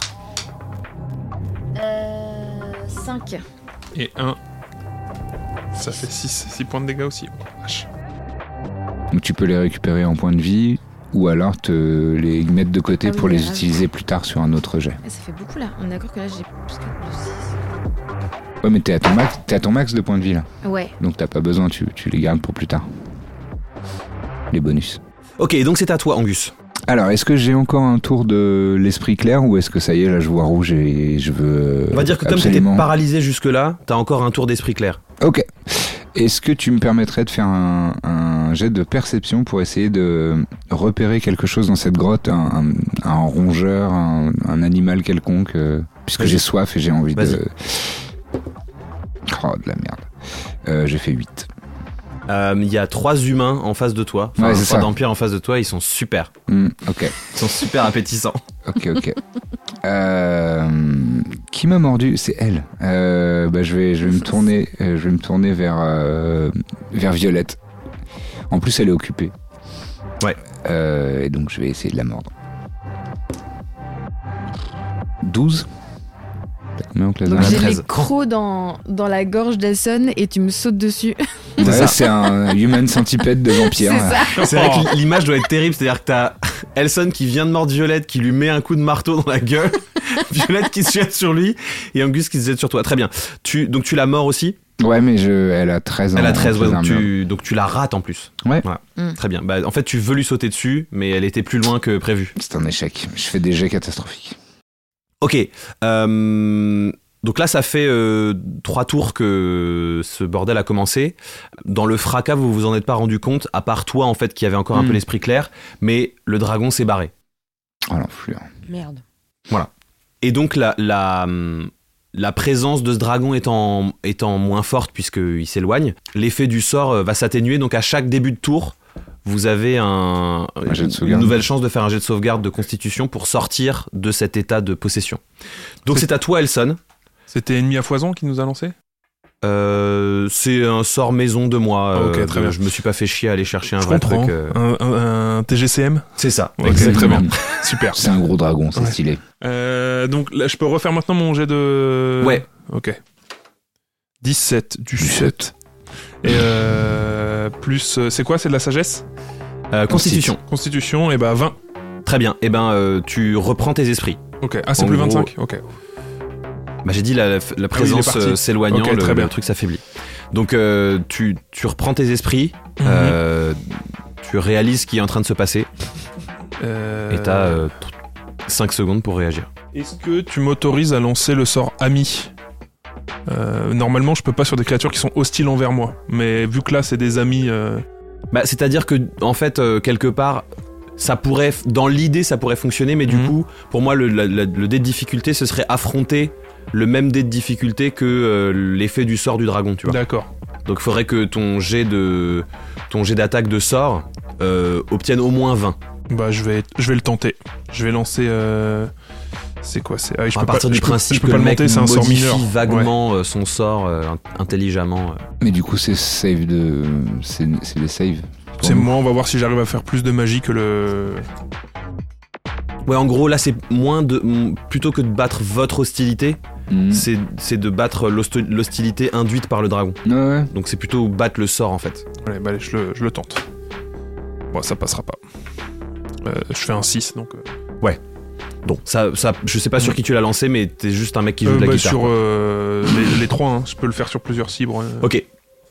Euh, cinq. Et un. Ça fait six points de dégâts aussi. Oh, vache. Donc tu peux les récupérer en point de vie ou alors te les mettre de côté Ah oui, pour les ah oui. utiliser plus tard sur un autre jet. Ah, ça fait beaucoup là. On est d'accord que là j'ai plus que six. Ouais, mais t'es à ton max, t'es à ton max de points de vie là. Ouais. Donc t'as pas besoin, tu, tu les gardes pour plus tard. Les bonus. Ok, donc c'est à toi, Angus. Alors, est-ce que j'ai encore un tour de l'esprit clair ou est-ce que ça y est, là je vois rouge et je veux. On va dire que comme absolument... t'étais paralysé jusque-là, t'as encore un tour d'esprit clair. Ok. Est-ce que tu me permettrais de faire un, un jet de perception pour essayer de repérer quelque chose dans cette grotte, un, un, un rongeur, un, un animal quelconque, euh, puisque Vas-y. j'ai soif et j'ai envie Vas-y. de. Oh, de la merde. Euh, j'ai fait huit. Il euh, y a trois humains en face de toi. Enfin, Ouais, c'est trois ça. d'empire en face de toi, ils sont super. Hmm, ok, Ils sont super appétissants. ok, ok. Euh, qui m'a mordu? C'est elle. Euh, bah, je vais, je vais me tourner, euh, je vais me tourner vers, euh, vers Violette. En plus, elle est occupée. Ouais. Euh, et donc je vais essayer de la mordre. douze. T'as combien en classe Donc de j'ai treize. les crocs dans, dans la gorge d'Elson et tu me sautes dessus. Ouais, ça. c'est un human centipede de vampire. C'est ça. C'est vrai que l'image doit être terrible, c'est-à-dire que t'as Elson qui vient de mordre Violette, qui lui met un coup de marteau dans la gueule, Violette qui se jette sur lui, et Angus qui se jette sur toi. Très bien. Tu, donc tu la mords aussi. Ouais, mais je, elle a treize ans. Elle a treize, ouais, en donc classe tu, donc tu la rates en plus. Ouais. Voilà. Mm. Très bien. Bah, en fait, tu veux lui sauter dessus, mais elle était plus loin que prévu. C'est un échec. Je fais des jets catastrophiques. Ok. Euh, donc là, ça fait euh, trois tours que ce bordel a commencé. Dans le fracas, vous vous en êtes pas rendu compte, à part toi, en fait, qui avait encore un Mm. peu l'esprit clair, mais le dragon s'est barré. Oh l'enflure. Merde. Et donc la, la, la présence de ce dragon étant, étant moins forte puisqu'il s'éloigne, l'effet du sort va s'atténuer. Donc à chaque début de tour, vous avez un, Un jet de une sauvegarde. nouvelle chance de faire un jet de sauvegarde de constitution pour sortir de cet état de possession. Donc c'est à toi, Elson. C'était ennemi à foison qui nous a lancé. Euh, c'est un sort maison de moi. Ah, ok, euh, très de- bien. Je me suis pas fait chier à aller chercher un Je vrai comprends. truc. euh, Un, un- un T G C M. C'est ça. Ok, exactement. très bien. Super. C'est un gros dragon, c'est Ouais. stylé. Euh, donc là, je peux refaire maintenant mon jet de. Ouais. Ok. dix-sept du sept. Et euh, plus. euh, C'est quoi? C'est de la sagesse? Euh, constitution. Constitution, et bah vingt. Très bien. Et ben, euh, tu reprends tes esprits. Ok. Ah, c'est En plus gros- vingt-cinq? Ok. Bah, j'ai dit la, la présence parti. euh, s'éloignant, Ok, le, très bien. le truc s'affaiblit. Donc euh, tu, tu reprends tes esprits, Mhm. euh, tu réalises ce qui est en train de se passer Euh, et t'as euh, cinq secondes pour réagir. Est-ce que tu m'autorises à lancer le sort ami? Euh, Normalement, je peux pas sur des créatures qui sont hostiles envers moi. Mais vu que là, c'est des amis. euh, Bah, c'est-à-dire que en fait euh, quelque part ça pourrait, dans l'idée ça pourrait fonctionner, mais du Mhm. coup pour moi le, la- la- le dé de difficulté ce serait affronter le même dé de difficulté que euh, l'effet du sort du dragon, tu vois. D'accord. Donc il faudrait que ton jet de ton jet d'attaque de sort euh, obtienne au moins vingt. Bah, je vais, je vais le tenter. Je vais lancer. euh, C'est quoi? C'est ah, oui, je à peux partir pas, du je peux- principe je peux que pas le le mec monter, c'est un sort modifie mineur. vaguement euh, son sort euh, int- intelligemment. euh. Mais du coup, c'est save de. C'est c'est des saves. pour C'est nous. moi, on va voir si j'arrive à faire plus de magie que le. Ouais, en gros là c'est moins de m- plutôt que de battre votre hostilité, Mhm. c'est c'est de battre l'hosto- l'hostilité induite par le dragon. Ouais, ouais. Donc c'est plutôt battre le sort en fait. Allez, bah, allez, je le, je le tente. Bon, ça passera pas. Euh, je fais un six, donc. euh, Donc ça, ça je sais pas sur qui tu l'as lancé, mais t'es juste un mec qui joue euh, de la bah, guitare. sur quoi. euh, les, les trois, hein. Je peux le faire sur plusieurs cibres. euh. Ok.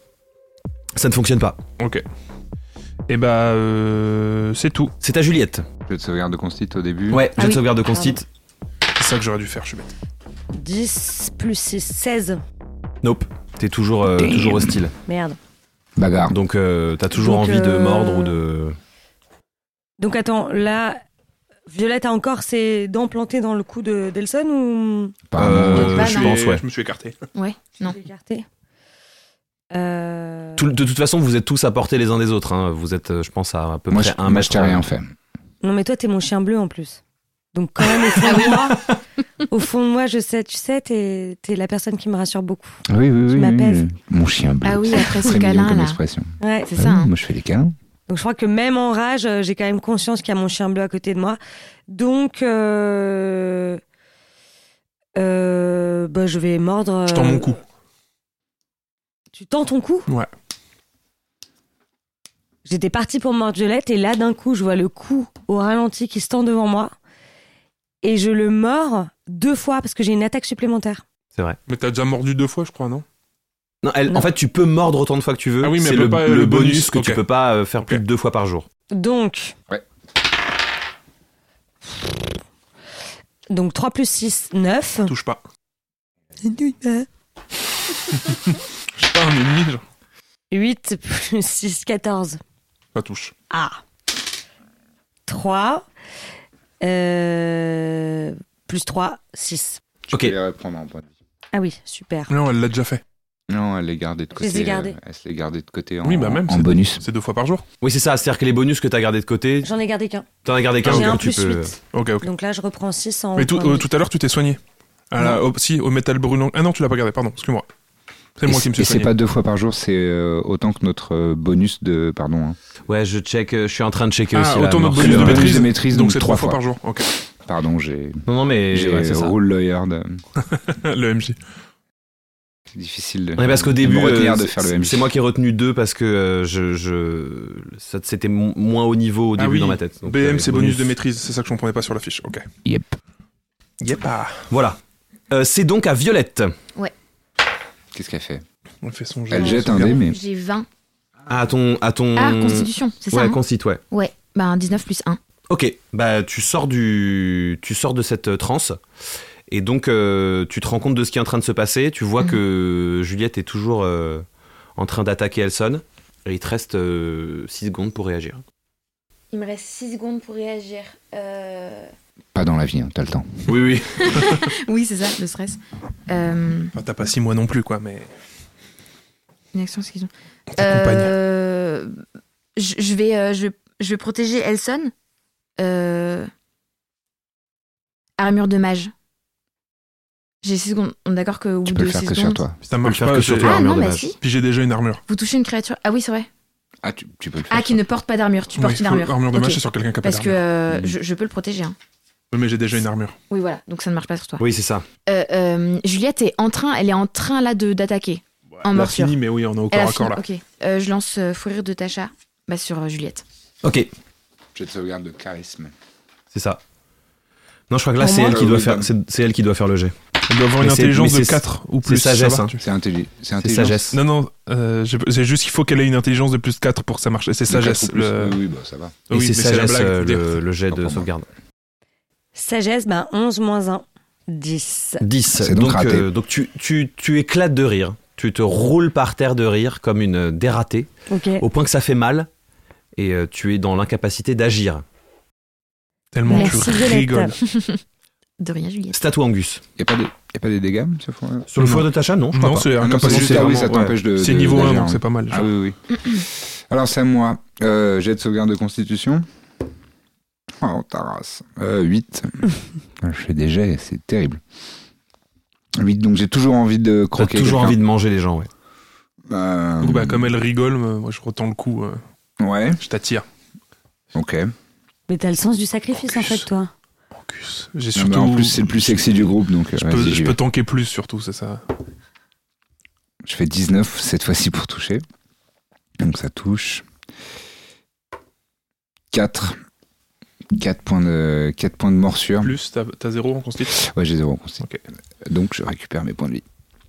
Ça ne fonctionne pas. Ok. Et bah, euh, c'est tout. C'est à Juliette. Jeu de sauvegarde de constit au début. Ouais, Ah jet de oui, sauvegarde de constit. C'est ça que j'aurais dû faire, je suis bête. dix plus six, seize. Nope. T'es toujours, euh, Damn. toujours hostile. Merde. Bagarre. Donc euh, t'as toujours Donc, envie de euh, mordre ou de... Donc attends, là, Violette a encore ses dents plantées dans le cou de d'Elson ou Apparemment, Euh, Bah, je non. pense, ouais. Je me suis écarté. Ouais, non. écarté euh... Tout- de toute façon, vous êtes tous à portée les uns des autres. hein. Vous êtes, euh, je pense, à à peu moi, près je, un moi, mètre. je t'ai rien fait. Non mais toi t'es mon chien bleu en plus. Donc quand même au fond de moi, au fond de moi je sais, tu sais, t'es t'es la personne qui me rassure beaucoup. Oui, oui, Tu oui. m'apaises. oui. Mon chien bleu. Ah oui, après ce Très mignon câlin comme là. expression. Ouais. C'est Ah ça. oui, hein. Moi, je fais les câlins. Donc je crois que même en rage, euh, j'ai quand même conscience qu'il y a mon chien bleu à côté de moi. Donc euh... Euh... bah je vais mordre. Je tends euh, mon cou. Tu tends ton cou? Ouais. J'étais partie pour mordre Violette et là d'un coup je vois le cou au ralenti qui se tend devant moi et je le mords deux fois parce que j'ai une attaque supplémentaire. C'est vrai. Mais t'as déjà mordu deux fois, je crois, non? Non, elle, Non. en fait, tu peux mordre autant de fois que tu veux. Ah oui, mais c'est elle le, peut pas, le le bonus, bonus, que ok. tu peux pas euh, faire plus Ok. de deux fois par jour. Donc. Ouais. Donc trois plus six, neuf. Touche pas. Je suis pas un ennemi, genre. huit plus six, quatorze. Ça touche. Ah. trois. Euh, plus trois, six. Tu Ok. peux les reprendre en point de vie. Ah oui, super. Non, elle l'a déjà fait. Non, elle les gardait de Je les côté. ai gardés. euh, Elle se les gardait de côté en, Oui, bah même, en c'est- bonus. C'est deux fois par jour. Oui, c'est ça. C'est-à-dire que les bonus que t'as gardés de côté, J'en ai gardé qu'un. t'en as gardé qu'un, J'ai un donc tu plus peux. huit. Ok, ok. Donc là, je reprends six en. Mais tout, point de euh, vie. tout à l'heure, tu t'es soigné. Ah, là, au- si, au métal brûlant. Ah non, tu l'as pas gardé, pardon, excuse-moi. C'est moi qui me suis Et c'est soigné. pas deux fois par jour, c'est euh, autant que notre euh, bonus de. Pardon. Hein. Ouais, je check, euh, je suis en train de checker Ah, aussi. autant la notre morsure. bonus de Le maîtrise, bonus de maîtrise, donc donc c'est trois trois fois fois. par jour. Ok. Pardon, j'ai. Non, non, mais J'ai ouais, c'est ça. rule lawyer. De... Le M J. C'est difficile de. Ouais, parce qu'au de début, me retenir euh, de faire le M J. c'est moi qui ai retenu deux parce que euh, je, je, ça, c'était mo- moins haut niveau au Ah début oui. dans ma tête. Donc, B M, euh, c'est bonus de maîtrise. C'est ça que je comprenais pas sur la fiche. Ok. Yep. Yep. Ah. Voilà. Euh, c'est donc à Violette. Qu'est-ce qu'elle fait? On fait son jeu. Elle de jette un sauvegarde. dé, mais. J'ai vingt. Ah, à ton, à ton. Ah, constitution, c'est ça Ouais, hein concite, ouais. Ouais, bah un dix-neuf plus un. Ok, bah tu sors du, tu sors de cette euh, transe et donc euh, tu te rends compte de ce qui est en train de se passer. Tu vois Mhm. que Juliette est toujours euh, en train d'attaquer Elson et il te reste six secondes pour réagir. Il me reste six secondes pour réagir. Euh... Pas dans la vie, hein, t'as le temps. Oui, oui. Oui, c'est ça, le stress. Euh... Enfin, t'as pas six mois non plus, quoi, mais. Une action, c'est qu'ils ont. On t'accompagne. Euh... Je je vais, euh, je vais, je vais protéger Elson. Euh... Armure de mage. J'ai six secondes. On est d'accord qu'au bout Tu peux de le faire six que sur secondes. toi. Ça marche faire pas. que sur j'ai- toi. Ah armure non, de bah mage. si. Puis j'ai déjà une armure. Vous touchez une créature. Ah oui, c'est vrai. Ah, tu, tu peux le faire. Ah, qui ne porte pas d'armure. Tu portes Oui, une faut- armure. Armure de Ok. mage, c'est sur quelqu'un qui a pas Parce que d'armure. euh, Mm. je, je peux le protéger. Hein. Oui, mais j'ai déjà une armure. Oui, voilà. Donc ça ne marche pas sur toi. Oui, c'est ça. Euh, euh, Juliette est en train, elle est en train là de d'attaquer. En Elle a morsure. fini, mais oui, on est au Elle corps a à corps là. fini. Ok. Euh, je lance euh, Fourrure de Tasha bah, sur euh, Juliette. Ok, Jet de sauvegarde de charisme. c'est ça. Non, je crois que là Pour c'est moi elle qui Euh, doit oui, faire, bah. c'est c'est elle qui doit faire le jet. Elle doit avoir Mais une c'est- intelligence mais de c'est- quatre ou plus. c'est ça sagesse, va, hein. tu- C'est intelligent. C'est C'est intelligence. sagesse. Non, non, euh, j'ai- c'est juste qu'il faut qu'elle ait une intelligence de plus de quatre pour que ça marche. Et c'est De quatre sagesse. ou plus. le- Oui, oui, bah ça va. Et Oui, c'est mais c'est la sagesse blague, euh, faut dire. le, le jet Pas de pour moi. sauvegarde. Sagesse, ben onze moins un, dix. dix. C'est donc donc raté. euh, donc tu, tu, tu éclates de rire. Tu te roules par terre de rire comme une euh, dératée, Ok. au point que ça fait mal et euh, tu es dans l'incapacité d'agir. Tellement Merci, tu Violette. rigoles. De rien, Juliette. C'est à toi, Angus. Y a pas des, y a pas des dégâts, ce fois Sur le Non. four de Tasha, non, je crois Non, pas. c'est Ah non, c'est incapacité. juste, ah oui, ça vraiment, ouais. t'empêche de. C'est de- niveau un, d'agir, donc hein. c'est pas mal. Ah oui, oui. Alors, c'est à moi. Euh, jet de sauvegarde de constitution. Oh, ta race. Euh, huit. Je fais des jets, c'est terrible. huit, donc j'ai toujours envie de T'as croquer. toujours quelqu'un. envie de manger les gens, ouais. Euh, Donc, bah, comme elle rigole, euh, moi je retends le coup. euh, Ouais, je t'attire. ok. Mais t'as le sens du sacrifice en fait, toi. Angus. J'ai Non, surtout. mais en plus, c'est le plus sexy du groupe, donc. Je euh, peux, vas-y, je j'y peux vais. tanker plus, surtout, c'est ça. Je fais dix-neuf cette fois-ci pour toucher. Donc ça touche. quatre. quatre points de, quatre points de morsure. Plus, t'as t'as zéro en constitution. Ouais, j'ai zéro en consti. Ok. Donc je récupère mes points de vie.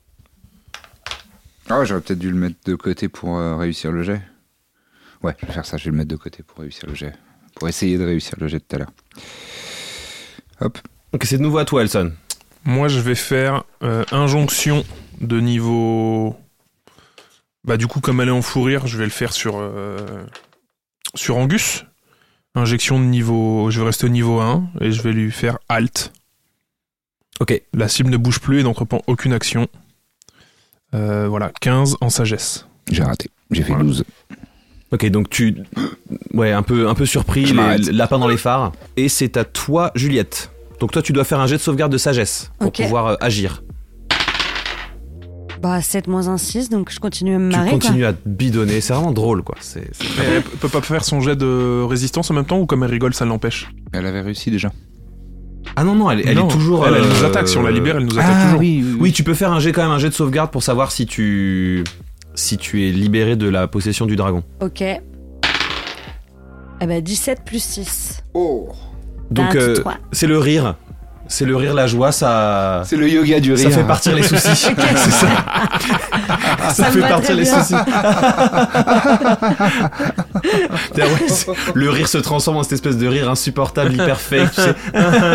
Ah ouais, j'aurais peut-être dû le mettre de côté pour euh, réussir le jet. Ouais, je vais faire ça, je vais le mettre de côté pour réussir le jet. Pour essayer de réussir le jet de tout à l'heure. Hop. Ok, c'est de nouveau à toi, Elson. Moi, je vais faire euh, injonction de niveau. Bah, du coup, comme elle est en fou rire, je vais le faire sur, euh, sur Angus. Injection de niveau. Je vais rester au niveau un et je vais lui faire Alt. Ok. La cible ne bouge plus et n'entreprend aucune action. Euh, voilà, quinze en sagesse. J'ai raté. J'ai fait Voilà. douze. Ok, donc tu... Ouais, un peu, un peu surpris, Je les, m'arrête. lapin dans les phares. Et c'est à toi, Juliette. Donc toi, tu dois faire un jet de sauvegarde de sagesse pour Ok. pouvoir euh, agir. Bah sept moins un, six, donc je continue à me Tu marrer. continues à te bidonner, c'est vraiment drôle, quoi. C'est, c'est très Elle bon. peut pas faire son jet de résistance en même temps ou comme elle rigole, ça l'empêche? Elle avait réussi déjà. Ah non, non, elle, elle Non, est toujours... Elle, elle nous euh, attaque. Si on la libère, elle nous attaque Ah toujours. oui, oui, Oui, tu peux faire un jet quand même, un jet de sauvegarde pour savoir si tu... Si tu es libéré de la possession du dragon. Quoi. Ok. Eh ben dix-sept plus six. Oh. Donc D'un, euh, trois. c'est le rire. C'est le rire, la joie, ça... C'est le yoga du rire. Ça fait partir les soucis. C'est ça. ça Ça me fait va partir très les bien. soucis. T'as- ouais, c'est- le rire se transforme en cette espèce de rire insupportable, hyper fake. Tu sais.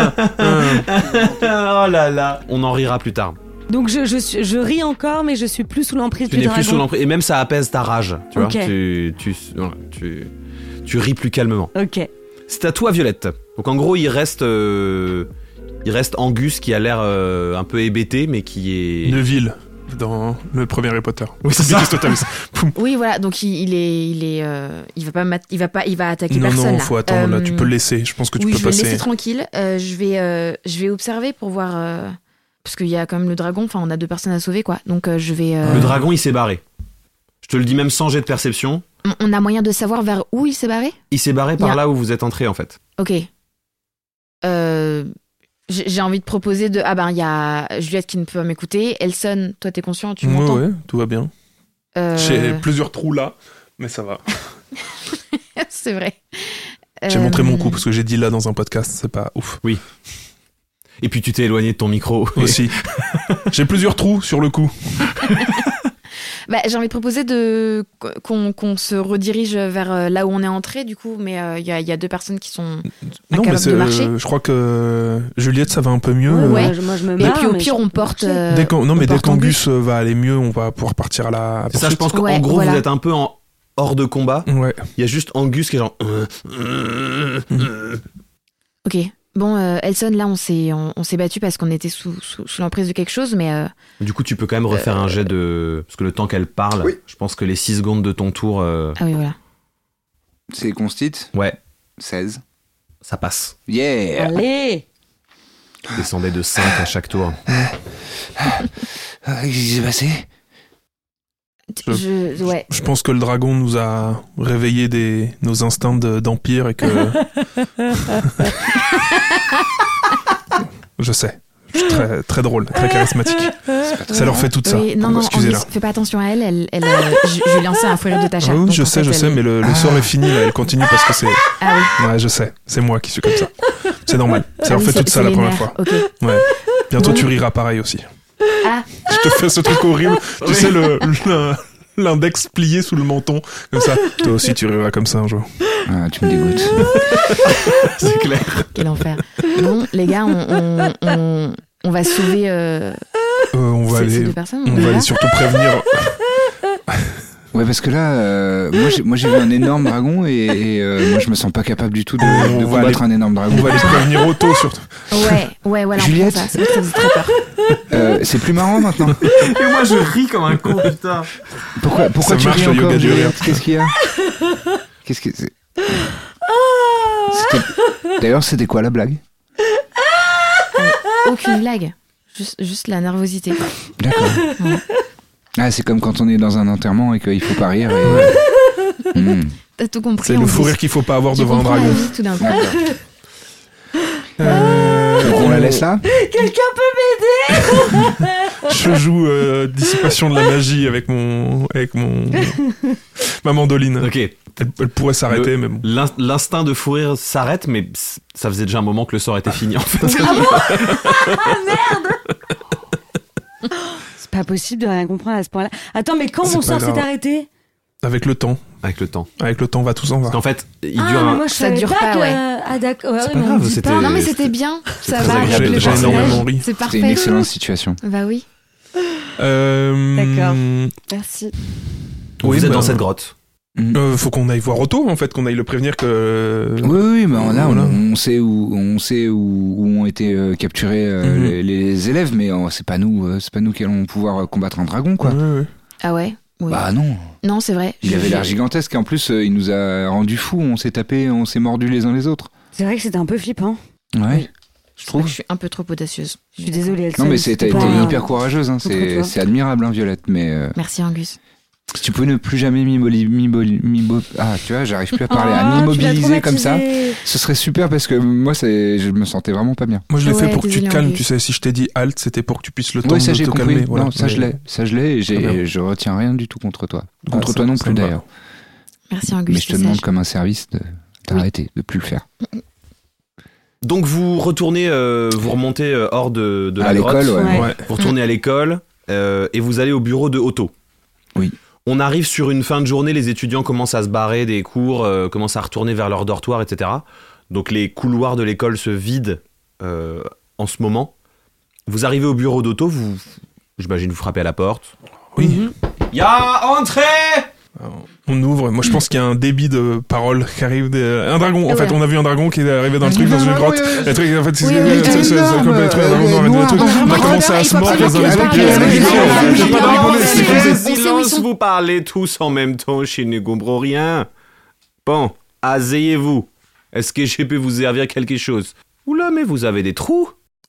Oh là là. On en rira plus tard. Donc je, je, suis- je ris encore, mais je suis plus sous l'emprise Tu du n'es plus dragon. sous l'emprise. Et même ça apaise ta rage. Tu Ok. vois. Tu, tu, voilà, tu, tu ris plus calmement. Ok. C'est à toi, Violette. Donc en gros, il reste, euh, il reste Angus qui a l'air euh, un peu hébété, mais qui est. Neville dans le premier Harry Potter. Oui, c'est ça. Vitus Totalis. Poum. Oui, voilà, donc il, il est. Il, est euh, il, va pas mat- il va pas. Il va attaquer Non, personne. non, là. faut attendre. Là, Euh, tu peux le laisser. Je pense que tu oui, peux je vais le passer. laisser tranquille. Euh, je, vais, euh, je vais observer pour voir. euh, parce qu'il y a quand même le dragon. Enfin, on a deux personnes à sauver, quoi. Donc, euh, je vais. euh, Le dragon, il s'est barré. Je te le dis même sans jet de perception. on- On a moyen de savoir vers où il s'est barré. Il s'est barré Il y par a- là où vous êtes entré, en fait. Ok. Euh, J'ai j'ai envie de proposer de. Ah ben, il y a Juliette qui ne peut pas m'écouter. Elson, toi, t'es conscient, tu Ouais, m'entends. ouais, tout va bien. Euh, J'ai plusieurs trous là, mais ça va. C'est vrai. J'ai Euh, montré mon cou parce que j'ai dit là dans un podcast, c'est pas ouf. Et puis tu t'es éloigné de ton micro. Aussi. J'ai plusieurs trous sur le cou. Bah, j'ai envie de proposer de qu'on qu'on se redirige vers euh, là où on est entré, du coup. Mais il y, a, y a deux personnes qui sont. Non, Incapable mais c'est, de marcher. euh, je crois que Juliette, ça va un peu mieux. Ouais, Euh, Ouais. moi, je- moi, je me Et barre, puis au mais pire, je on peux porte. marcher. euh, Dès qu'en- non, on mais dès porte Angus. qu'Angus euh, va aller mieux, on va pouvoir partir à la à C'est ça, je pense qu'en Ouais, gros, voilà. vous êtes un peu en hors de combat. Ouais. Il y a juste Angus qui est genre. euh, euh, euh. Ok. Bon, euh, Elson, là, on s'est on, on s'est battu parce qu'on était sous, sous, sous l'emprise de quelque chose, mais euh, Du coup, tu peux quand même refaire un jet de. Parce que le temps qu'elle parle, Oui. je pense que les six secondes de ton tour. euh, ah oui, voilà. C'est constit Ouais, seize. ça passe. Yeah. Allez. Descendez de cinq à chaque tour. Ah, Qu'est-ce qui s'est passé? Je- Je, ouais. Je pense que le dragon nous a réveillé des, nos instincts de- d'empire et que. Je sais. Je suis très, très drôle, très charismatique. Ça leur fait tout ça. Oui, non, non, Excusez-la. Angus, fais pas attention à elle. elle, elle euh, je, je lui lançais un fouet de tachat. Ah oui, donc je en sais, fait, je elle sais, est- mais le, le Ah. sort est fini, là, elle continue parce que c'est. Ah oui. Ouais, je sais, c'est moi qui suis comme ça. C'est normal, ça Ah leur oui, fait c'est- tout ça c'est la les première nerfs. fois. Ok. Ouais. Bientôt Bon. tu riras pareil aussi. Ah. Je te fais ce truc horrible, tu sais, le, le- l'index plié sous le menton, comme ça. Toi aussi tu riras comme ça un jour. Ah, tu me dégoûtes. C'est clair. Quel enfer. Bon, les gars, on, on, on, on va sauver euh, Euh, on va ces, ces aller, deux personnes. on y va va aller surtout prévenir. Ouais, parce que là, euh, moi, j'ai, moi j'ai vu un énorme dragon et, et, euh, moi je me sens pas capable du tout de, On de va combattre aller- un énorme dragon. On va aller prévenir Otto surtout. Ouais, ouais, voilà. on Juliette. prend ça. C'est vrai que ça faisait très peur. Euh, c'est plus marrant maintenant. Et moi, je ris comme un con, putain. Pourquoi, pourquoi Ça tu marche, ris le yoga encore, du rire. Juliette? Qu'est-ce qu'il y a? Qu'est-ce que c'est? C'était- D'ailleurs, c'était quoi la blague? Aucune blague. Juste, juste la nervosité. D'accord. Ouais. Ah, c'est comme quand on est dans un enterrement et qu'il faut pas rire. Et... Hmm. T'as tout compris. C'est en le plus. fou rire qu'il faut pas avoir Tu devant un comprends la dragon. vie tout d'un coup. Euh, Donc on la laisse là? Quelqu'un peut Je joue euh, dissipation de la magie avec mon, avec mon, ma mandoline. Ok. Elle, elle pourrait s'arrêter, mais bon. L'in- L'instinct de fou rire s'arrête, mais c- ça faisait déjà un moment que le sort était fini, en fait. C'est pas possible de rien comprendre à ce point-là. Attends, mais quand C'est mon pas sort s'est grave. arrêté? Avec le temps. Avec le temps. Avec le temps, va tous en Parce va. qu'en fait, il Ah, dure mais un... moi je Ça savais dure pas pas, que... ouais. Ah d'accord, ouais, C'est ouais, pas mais on grave, me dit c'était- pas. Non, mais c'était bien. Ça très va avec agréable. le J'ai personnage. énormément ri. C'est C'était parfait. une excellente situation. Bah oui. Euh, D'accord. Merci. Vous Oui, êtes bah, dans cette grotte. euh, faut qu'on aille voir Otto, en fait, qu'on aille le prévenir que... Oui, oui, bah là, on, Voilà. on sait où, on sait où, où ont été euh, capturés euh, Mhm. les, les élèves, mais euh, c'est pas nous, euh, c'est pas nous qui allons pouvoir euh, combattre un dragon, quoi. Ouais, ouais. Ah ouais. Oui. Bah non. Non, c'est vrai. Il Je- avait l'air gigantesque. En plus, euh, il nous a rendu fous. On s'est tapé, on s'est mordu les uns les autres. C'est vrai que c'était un peu flippant. Ouais. Oui. Je Je trouve trouve. que je suis un peu trop audacieuse. Je suis désolée, Elsa. Non, mais c'est- t'as c'était été pas- hyper courageuse. Hein. contre C'est toi. c'est admirable, hein, Violette. Mais euh, Merci Angus. si tu pouvais ne plus jamais m'immobiliser, ah, tu vois, j'arrive plus à parler, Ah, à tu m'as m'immobiliser comme ça. traumatisée. Ce serait super parce que moi, c'est, je me sentais vraiment pas bien. Moi, je l'ai Ouais, fait pour que tu te désolé, calmes, Angus. tu sais. Si je t'ai dit halt, c'était pour que tu puisses le temps Oui, ça de j'ai te compris. calmer. Voilà. Non, ça je Mais- l'ai, ça je l'ai. Et Très j'ai, bien. je retiens rien du tout contre toi, contre Ah, toi ça- non ça plus me va. d'ailleurs. Merci Angus. Mais je te c'est demande sage. comme un service de d'arrêter, de plus le faire. Donc vous retournez, euh, vous remontez euh, hors de, de À la l'école, grotte. ouais. Ouais. Ouais. Vous retournez à l'école euh, et vous allez au bureau de Otto. Oui. On arrive sur une fin de journée, les étudiants commencent à se barrer des cours, euh, commencent à retourner vers leur dortoir, et cetera. Donc les couloirs de l'école se vident euh, en ce moment. Vous arrivez au bureau d'Otto, vous, j'imagine vous frappez à la porte. Oui. Mhm. Ya, entrez! On ouvre. Moi, je pense qu'il y a un débit de paroles qui arrive. Des... Un dragon. En Ouais. fait, on a vu un dragon qui est arrivé dans le truc, dans une grotte. Le truc, en fait, c'est Oui, c'est- oui, c'est- oui, c'est- c'est énorme, comme les trucs, euh, un dragon noir, noir. des trucs. On a Ah, commencé à il se faut mordre les uns absolument les qu'il autres. parle, puis, il euh, faut les qu'il gens, parle, euh, il j'ai faut pas qu'il de parle. rigoler, c'est comme ça. On sait où ils sont. vous parlez tous en même temps, je ne comprends rien. Bon, asseyez-vous. Est-ce que je peux vous servir quelque chose? Oula, mais vous avez des trous.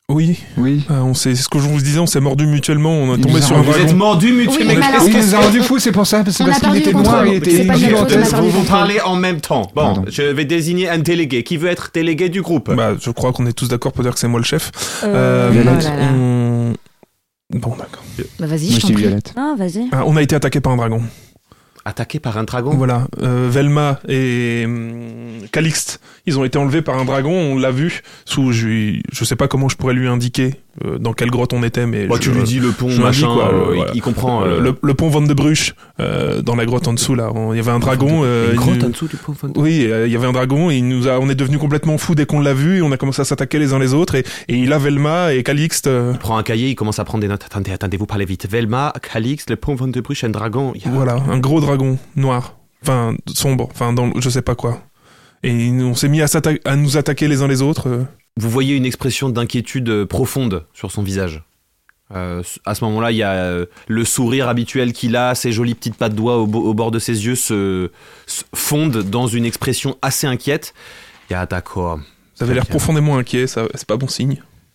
Oui. Oui. Euh, on s'est, c'est ce que je vous disais, on s'est mordu mutuellement, on est Il tombé nous a sur un Vous dragon. êtes mordu Oui, mutuellement. mais alors, Oui, il nous a rendu fou, c'est pour ça. C'est On parce a qu'il perdu était le noir, contrôle. il C'est était pas de notre faute, on a gigantesque. perdu Vous le vous contrôle. parlez en même temps. Bon, Pardon. je vais désigner un délégué. Qui veut être délégué du groupe? Bah, je crois qu'on est tous d'accord pour dire que c'est moi le chef. Euh, Violette. oh là là. on... Bon, d'accord. Bah vas-y, Moi, je je t'en dis prie. Violette. Non, vas-y. Ah, on a été attaqué par un dragon. Attaqué par un dragon. Voilà. Euh, Velma et hum, Calixte, ils ont été enlevés par un dragon, on l'a vu. Sous, je, lui- je sais pas comment je pourrais lui indiquer euh, dans quelle grotte on était, mais. Bah, je- tu lui dis le pont, je machin, l'indique, quoi, euh, le- il- voilà. il comprend. Euh, euh, le, le pont Van de Bruche, euh, dans la grotte en dessous, là. On- Il y avait un dragon. euh, Une grotte il- en dessous du pont. Van- Oui, euh, il y avait un dragon et il nous a, on est devenu complètement fous dès qu'on l'a vu et on a commencé à s'attaquer les uns les autres et, et il a Velma et Calixte. euh, Il prend un cahier, il commence à prendre des notes. Attendez, attendez, vous parlez vite. Velma, Calixte, le pont Van de Bruche, un dragon. Il y a- Voilà, un gros dragon noir, enfin sombre, enfin dans, je sais pas quoi. Et on s'est mis à, s'atta- à nous attaquer les uns les autres. euh. Vous voyez une expression d'inquiétude euh, profonde sur son visage. Euh, à ce moment-là, il y a euh, le sourire habituel qu'il a, ses jolies petites pattes doigts au, bo- au bord de ses yeux se, se fondent dans une expression assez inquiète. Il y a d'accord. Ça avait Très l'air bien. profondément inquiet, ça, c'est pas bon signe.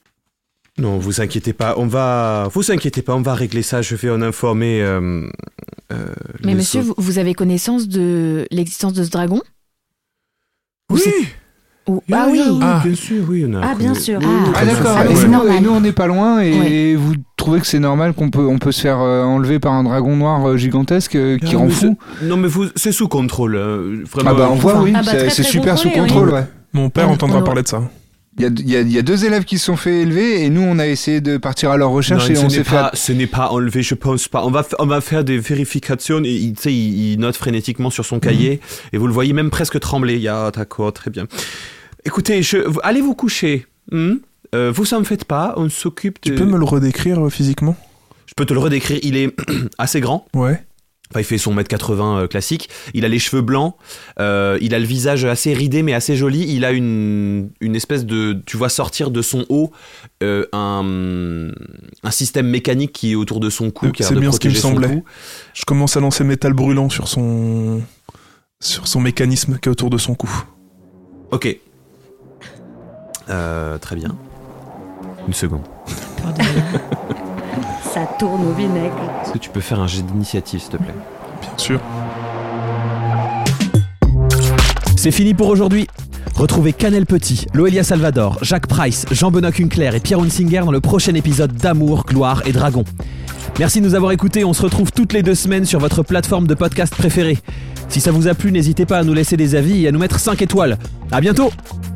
Non, vous inquiétez pas, on va, vous inquiétez pas, on va régler ça. Je vais en informer. euh, euh, Mais les monsieur, autres. vous, vous avez connaissance de l'existence de ce dragon? Oui. Ou... Ah, Ah oui. Ah. bien sûr, oui, on a. Ah, bien sûr. Ah, Ah d'accord, Ah, mais et, c'est nous, normal. et nous on n'est pas loin et Ouais. vous trouvez que c'est normal qu'on peut, on peut se faire euh, enlever par un dragon noir euh, gigantesque euh, qui Ah, rend mais fou? c'est- Non mais vous, c'est sous contrôle. euh, Vraiment. Ah bah on voit, oui, Ah bah, c'est très, c'est très super sous contrôlé, contrôle, ouais. Mon père On- entendra on- parler de ça. Il y a, il y a- il y a deux élèves qui se sont fait élever et nous on a essayé de partir à leur recherche Non, et ce on n'est s'est fait... pas, ce n'est pas enlevé, je pense pas. On va, fa- on va faire des vérifications. Et il, tu sais, il, il note frénétiquement sur son cahier et vous le voyez même presque trembler. Il y a, d'accord, très bien. Écoutez, je, vous- allez vous coucher. Hmm Euh, vous en faites pas, on s'occupe de. Tu peux me le redécrire euh, physiquement? Je peux te le redécrire. Il est assez grand. Ouais. Enfin, il fait son mètre quatre-vingts euh, classique. Il a les cheveux blancs. Euh, il a le visage assez ridé mais assez joli. Il a une, une espèce de... Tu vois sortir de son haut euh, un, un système mécanique qui est autour de son cou. Euh, Qui a c'est l'air de bien ce qui me protéger son semblait. cou. Je commence à lancer métal brûlant sur son sur son mécanisme qui est autour de son cou. Ok. Euh, très bien. Une seconde. Ça tourne au vinaigre. Est-ce que tu peux faire un jet d'initiative, s'il te plaît? Bien sûr. C'est fini pour aujourd'hui. Retrouvez Canel Petit, Loelia Salvador, Jacques Price, Jean-Benoît Kunkler et Pierre Hunsinger dans le prochain épisode d'Amour, Gloire et Dragon. Merci de nous avoir écoutés, on se retrouve toutes les deux semaines sur votre plateforme de podcast préférée. Si ça vous a plu, n'hésitez pas à nous laisser des avis et à nous mettre cinq étoiles. À bientôt!